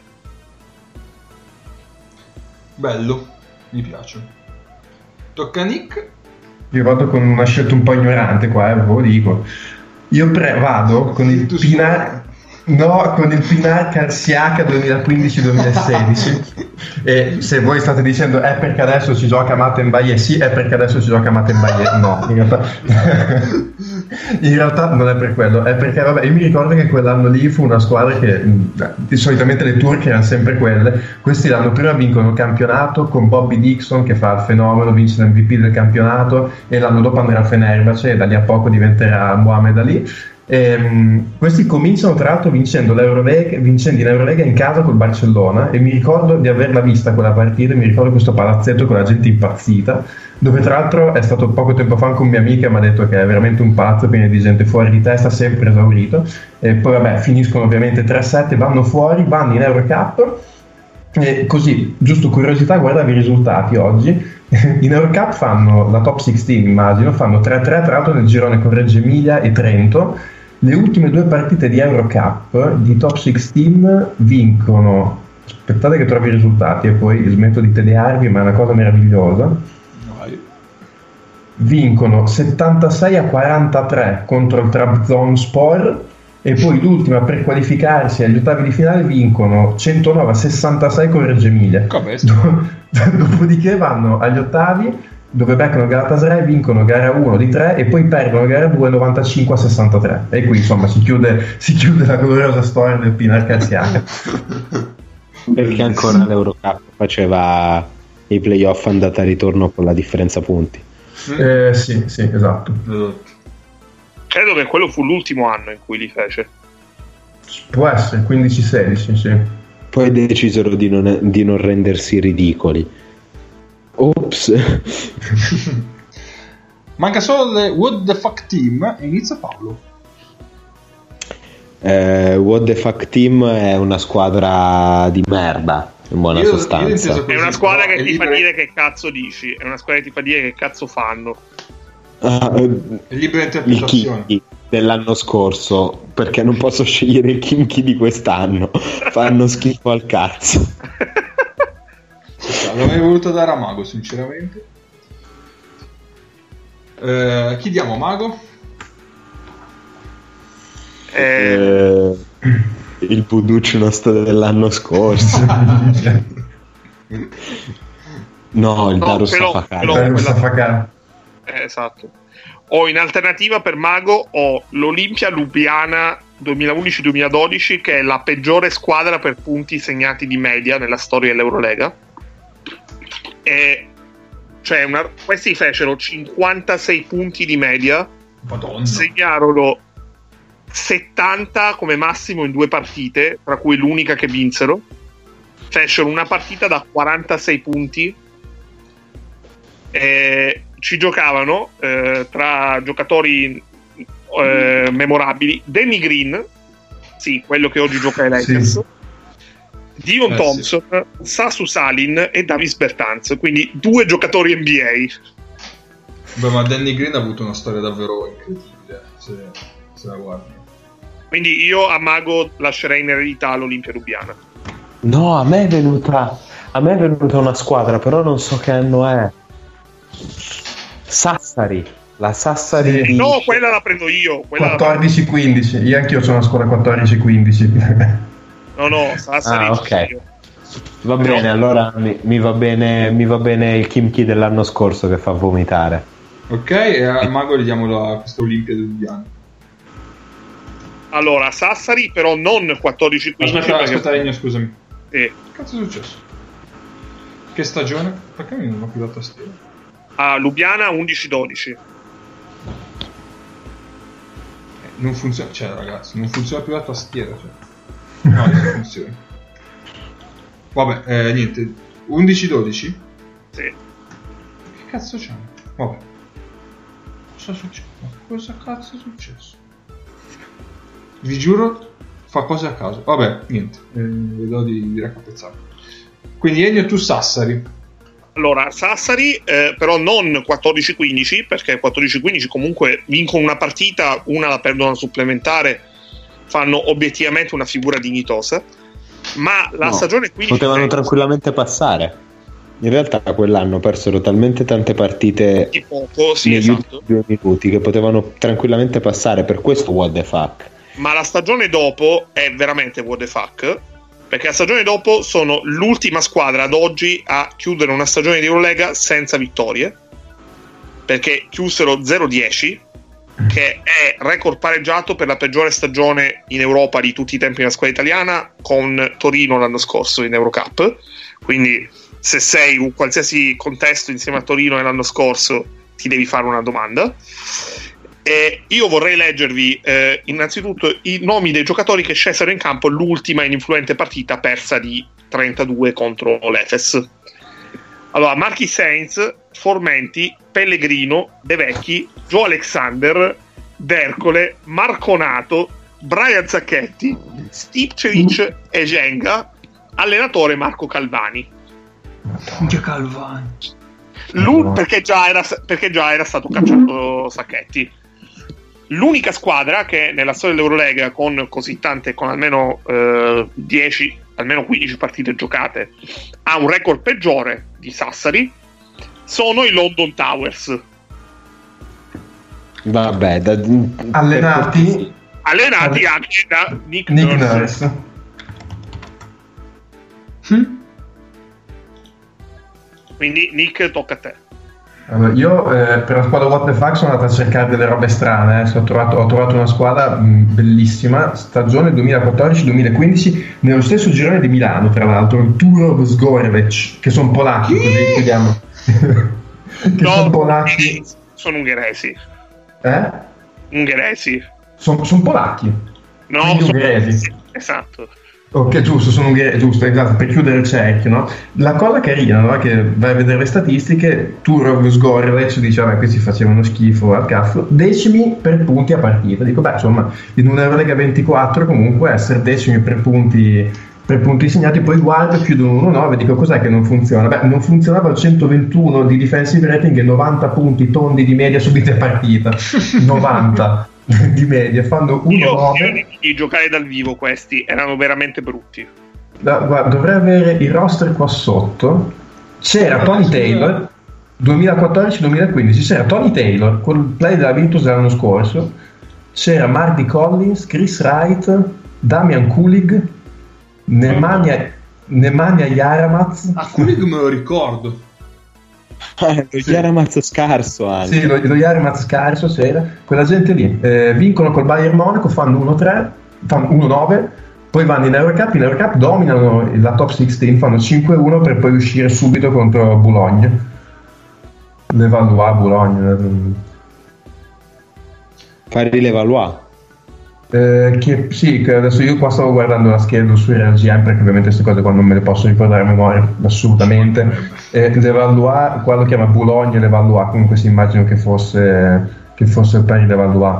S1: Bello, mi piace. Tocca a Nick.
S2: Io vado con una scelta un po' ignorante qua, ve lo dico. Io vado con il Pinar. No, con il Pinar Karsiaka 2015-2016. E se voi state dicendo è perché adesso ci gioca Matembaye, sì, è perché adesso ci gioca Matembaye, no, in realtà non è per quello, è perché vabbè, io mi ricordo che quell'anno lì fu una squadra che solitamente le turche erano sempre quelle. Questi l'anno prima vincono il campionato con Bobby Dixon che fa il fenomeno, vince l'MVP del campionato, e l'anno dopo andrà a Fenerbahce e da lì a poco diventerà Mohamed Ali. Questi cominciano tra l'altro vincendo in Eurolega in casa col Barcellona, e mi ricordo di averla vista quella partita, mi ricordo questo palazzetto con la gente impazzita, dove tra l'altro è stato poco tempo fa anche un mio amico che mi ha detto che è veramente un palazzo pieno di gente fuori di testa, sempre esaurito, e poi vabbè finiscono ovviamente 3-7, vanno fuori, vanno in Eurocup, e così, giusto curiosità, guardavi i risultati oggi. In Eurocup fanno la top 16, immagino, fanno 3-3 tra l'altro nel girone con Reggio Emilia e Trento. Le ultime due partite di Eurocup di top 16 vincono, aspettate che trovi i risultati e poi smetto di tediarvi, ma è una cosa meravigliosa. Vincono 76-43 contro il Trabzonspor, e poi l'ultima per qualificarsi agli ottavi di finale vincono 109-66 con Reggio Emilia. Dopodiché vanno agli ottavi dove beccano Galatasaray, vincono gara 1 di 3 e poi perdono gara 2 95-63, e qui insomma si chiude la gloriosa storia del Pinar Karsiaka.
S3: Perché ancora l'Eurocup faceva i playoff andata e ritorno con la differenza punti.
S2: Sì, esatto.
S4: Credo che quello fu l'ultimo anno in cui li fece.
S2: Può essere 15-16, sì.
S3: Poi decisero di non rendersi ridicoli. Ops.
S1: Manca solo il What the Fuck Team e inizia Paolo.
S3: What the Fuck Team è una squadra di merda, in buona sostanza.
S4: È una squadra che ti fa dire che cazzo dici, è una squadra che ti fa dire che cazzo fanno.
S1: Libera interpretazione.
S3: Il Kinky dell'anno scorso, perché non posso scegliere il Kinky di quest'anno. Fanno schifo al cazzo.
S1: L'avrei voluto dare a Mago, sinceramente. Chi diamo a Mago?
S3: Il Buducnost dell'anno scorso. No, il
S2: Darussafaka.
S4: Esatto. O in alternativa per Mago ho l'Olimpia Lubiana 2011-2012, che è la peggiore squadra per punti segnati di media nella storia dell'Eurolega. E cioè questi fecero 56 punti di media.
S1: Madonna.
S4: Segnarono 70 come massimo in 2 partite, tra cui l'unica che vinsero. Fecero una partita da 46 punti e ci giocavano tra giocatori memorabili: Danny Green, sì, quello che oggi gioca ai Lakers, sì. Dion Thompson, sì. Sasu Salin e Davis Bertans, quindi 2 giocatori NBA.
S1: Beh, ma Danny Green ha avuto una storia davvero incredibile, se la guardi.
S4: Quindi io a Mago lascerei in eredità l'Olimpia Lubiana.
S3: No, a me è venuta una squadra, però non so che anno è. Sassari. La Sassari.
S2: Sì.
S4: No, quella la prendo io.
S2: 14-15. Io anch'io sono a scuola 14-15.
S4: No, Sassari.
S3: Ok.
S4: Io.
S3: Va bene, allora mi va bene il Kimchi dell'anno scorso che fa vomitare.
S1: Ok, e a Mago gli diamo questa Olimpia Lubiana.
S4: Allora, Sassari però non 14-15.
S1: Aspetta, Regno, scusami.
S4: Che
S1: cazzo è successo? Che stagione? Perché mi non ho più la tastiera?
S4: A Lubiana 11-12.
S1: Non funziona, cioè ragazzi, non funziona più la tastiera, cioè. No, non funziona. Vabbè, niente, 11-12?
S4: Sì.
S1: Che cazzo c'è? Vabbè. Cosa cazzo è successo? Vi giuro, fa cose a caso. Vabbè, niente, vedo di raccapezzare. Quindi Ennio, tu Sassari.
S4: Allora, Sassari, però non 14-15, perché 14-15 comunque vincono una partita, una la perdono al supplementare, fanno obiettivamente una figura dignitosa, ma la stagione 15...
S3: Potevano tranquillamente passare. In realtà quell'anno persero talmente tante partite
S4: di poco, sì,
S3: negli
S4: esatto.
S3: ultimi 2 minuti che potevano tranquillamente passare, per questo what the fuck.
S4: Ma la stagione dopo è veramente what the fuck, perché la stagione dopo sono l'ultima squadra ad oggi a chiudere una stagione di Eurolega senza vittorie, perché chiusero 0-10, che è record pareggiato per la peggiore stagione in Europa di tutti i tempi della squadra italiana, con Torino l'anno scorso in Eurocup. Quindi se sei un qualsiasi contesto insieme a Torino nell'anno scorso ti devi fare una domanda. Io vorrei leggervi innanzitutto i nomi dei giocatori che scesero in campo l'ultima ininfluente partita persa di 32 contro l'Efes. Allora, Marchi Sainz, Formenti, Pellegrino, De Vecchi, Joe Alexander, D'Ercole, Marconato, Brian Zacchetti, Stipcevic e Genga, allenatore Marco Calvani.
S1: Calvani.
S4: Perché già era stato cacciato Zacchetti. L'unica squadra che nella storia dell'Eurolega con così tante, con almeno 10, almeno 15 partite giocate, ha un record peggiore di Sassari, sono i London Towers.
S3: Vabbè,
S2: allenati
S4: anche da Nick Nurse. Quindi Nick, tocca a te.
S2: Allora, io per la squadra What the Fuck sono andato a cercare delle robe strane. Ho trovato una squadra bellissima, stagione 2014-2015, nello stesso girone di Milano, tra l'altro, il Turów Zgorevec, che sono polacchi, così chiediamo. Sono polacchi.
S4: Sono ungheresi.
S2: Ungheresi. Sono polacchi.
S4: No, sono
S2: ungheresi.
S4: Esatto.
S2: Ok, giusto, giusto, esatto, per chiudere il cerchio, no? La cosa carina, no? Che vai a vedere le statistiche, Turów Zgorevec dice, vabbè, questi facevano schifo al cazzo, decimi per punti a partita. Dico, beh, insomma, in una Eurolega 24 comunque essere decimi per punti segnati, poi guardo, chiudono 1-9, dico, cos'è che non funziona? Beh, non funzionava il 121 di defensive rating e 90 punti tondi di media subiti a partita, 90 di media, fanno 1-9.
S4: Io di giocare dal vivo, questi erano veramente brutti.
S2: Guarda, dovrei avere il roster qua sotto. C'era Tony Taylor 2014-2015, c'era Tony Taylor col play della Virtus dell'anno scorso, c'era Marty Collins, Chris Wright, Damian Kulig, Nemanja Jaramaz.
S1: Kulig me lo ricordo.
S3: Lo Jaramaz scarso anche.
S2: Sì, lo Jaramaz scarso c'era. Quella gente lì vincono col Bayern Monaco, fanno 1-3, fanno 1-9, poi vanno in Eurocup dominano la top 16, fanno 5-1 per poi uscire subito contro Bologna. Bologna.
S3: Fare l'Evalois.
S2: Che adesso io qua stavo guardando la scheda su RGM, perché ovviamente queste cose qua non me le posso ricordare a memoria assolutamente. L'Evalois qua lo chiama Bologna, l'Evalois, comunque si immagino che fosse il pari l'Evalois.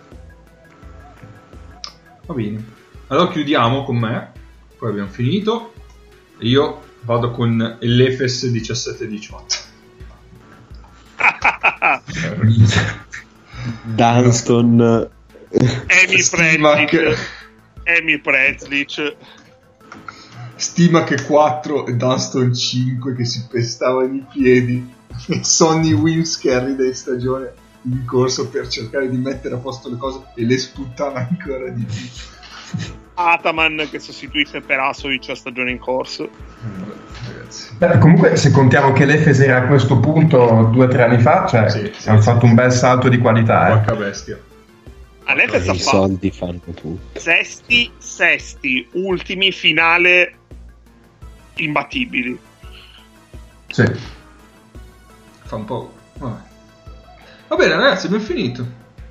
S1: Va bene, allora chiudiamo con me, poi abbiamo finito. Io vado con l'Efes 17-18.
S3: Dunston
S4: Emil Prezlic,
S1: Stimac 4 e Dunston 5 che si pestavano i piedi, e Sonny Wims che arriva in stagione in corso per cercare di mettere a posto le cose e le sputtava ancora di più.
S4: Ataman che sostituisce Perasovic a stagione in corso.
S1: Ragazzi.
S2: Beh, comunque se contiamo che l'Efes era a questo punto 2 o 3 anni fa, cioè hanno fatto un bel salto di qualità.
S1: Porca bestia.
S4: All'Efes
S3: I soldi fanno tutto.
S4: Sesti, ultimi, finale imbattibili.
S2: Sì.
S1: Fa un po'. Vabbè. Va bene ragazzi, abbiamo finito.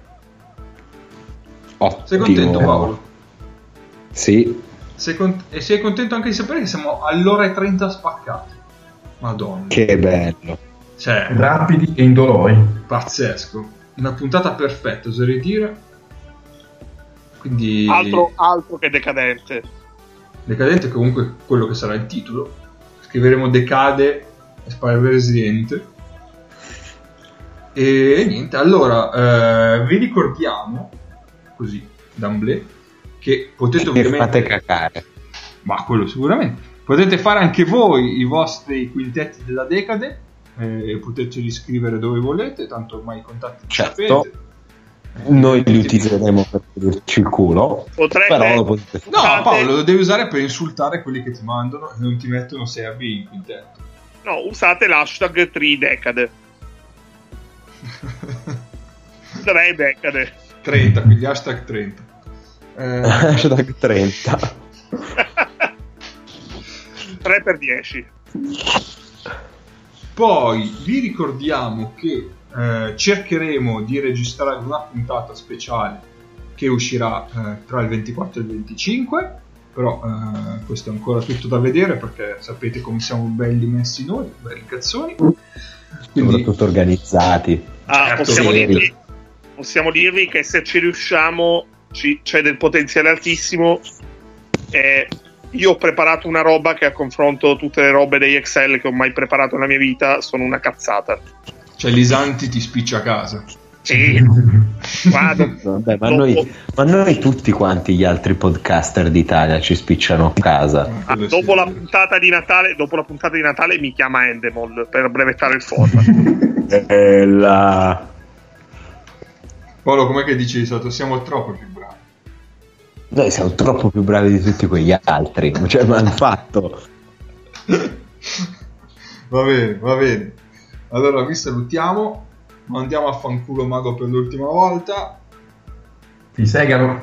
S3: Ottimo.
S1: Sei contento Paolo?
S3: Sì.
S1: E sei contento anche di sapere che siamo all'ora e 30 spaccati? Madonna.
S3: Che bello.
S1: Cioè,
S2: Rapidi e indolori.
S1: pazzesco. Una puntata perfetta, oserei dire. Quindi
S4: Altro che decadente.
S1: Decadente comunque quello che sarà il titolo. Scriveremo Decade e Spire Resident. E niente, allora vi ricordiamo così d'amblè che potete ovviamente
S3: fate cacare.
S1: ma quello sicuramente potete fare anche voi i vostri quintetti della Decade, potete riscrivere dove volete, tanto ormai i contatti
S3: Certo.
S1: sapete.
S3: Noi li utilizzeremo per prenderci il culo. Però lo potete fare.
S1: No, Paolo, lo devi usare per insultare quelli che ti mandano e non ti mettono 6AB in quintetto.
S4: No, usate l'hashtag 3decade. 3 decade.
S1: 30, quindi hashtag 30.
S3: Hashtag 30.
S4: 3 per 10.
S1: Poi vi ricordiamo che cercheremo di registrare una puntata speciale che uscirà tra il 24 e il 25, però questo è ancora tutto da vedere perché sapete come siamo belli messi noi, belli cazzoni. Quindi,
S3: soprattutto organizzati.
S4: Possiamo dirvi che se ci riusciamo c'è del potenziale altissimo. Io ho preparato una roba che a confronto tutte le robe dei Excel che ho mai preparato nella mia vita sono una cazzata.
S1: cioè Lisanti ti spiccia a casa.
S4: Sì.
S3: Vabbè, ma noi tutti quanti gli altri podcaster d'Italia ci spicciano a casa.
S4: Dopo la puntata di Natale mi chiama Endemol per brevettare il format.
S1: Paolo, com'è che dici di solito? Siamo troppo più bravi.
S3: Noi siamo troppo più bravi di tutti quegli altri, cioè mi hanno fatto.
S1: Va bene. Allora vi salutiamo, mandiamo a fanculo Mago per l'ultima volta.
S2: Ti segano.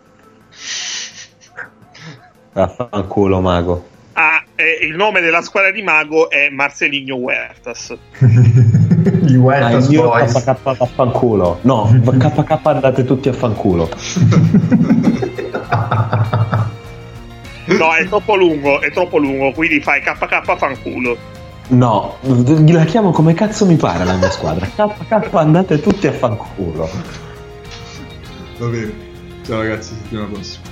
S3: Vaffanculo Mago.
S4: Il nome della squadra di Mago è Marcelinho Huertas.
S2: I Huertas
S3: il mio
S2: Boys.
S3: KK vaffanculo. No, KK andate tutti a fanculo.
S4: No, è troppo lungo, quindi fai KK fanculo.
S3: No, la chiamo come cazzo mi pare la mia squadra. KK andate tutti a fanculo.
S1: Va bene, ciao ragazzi, settimana prossima.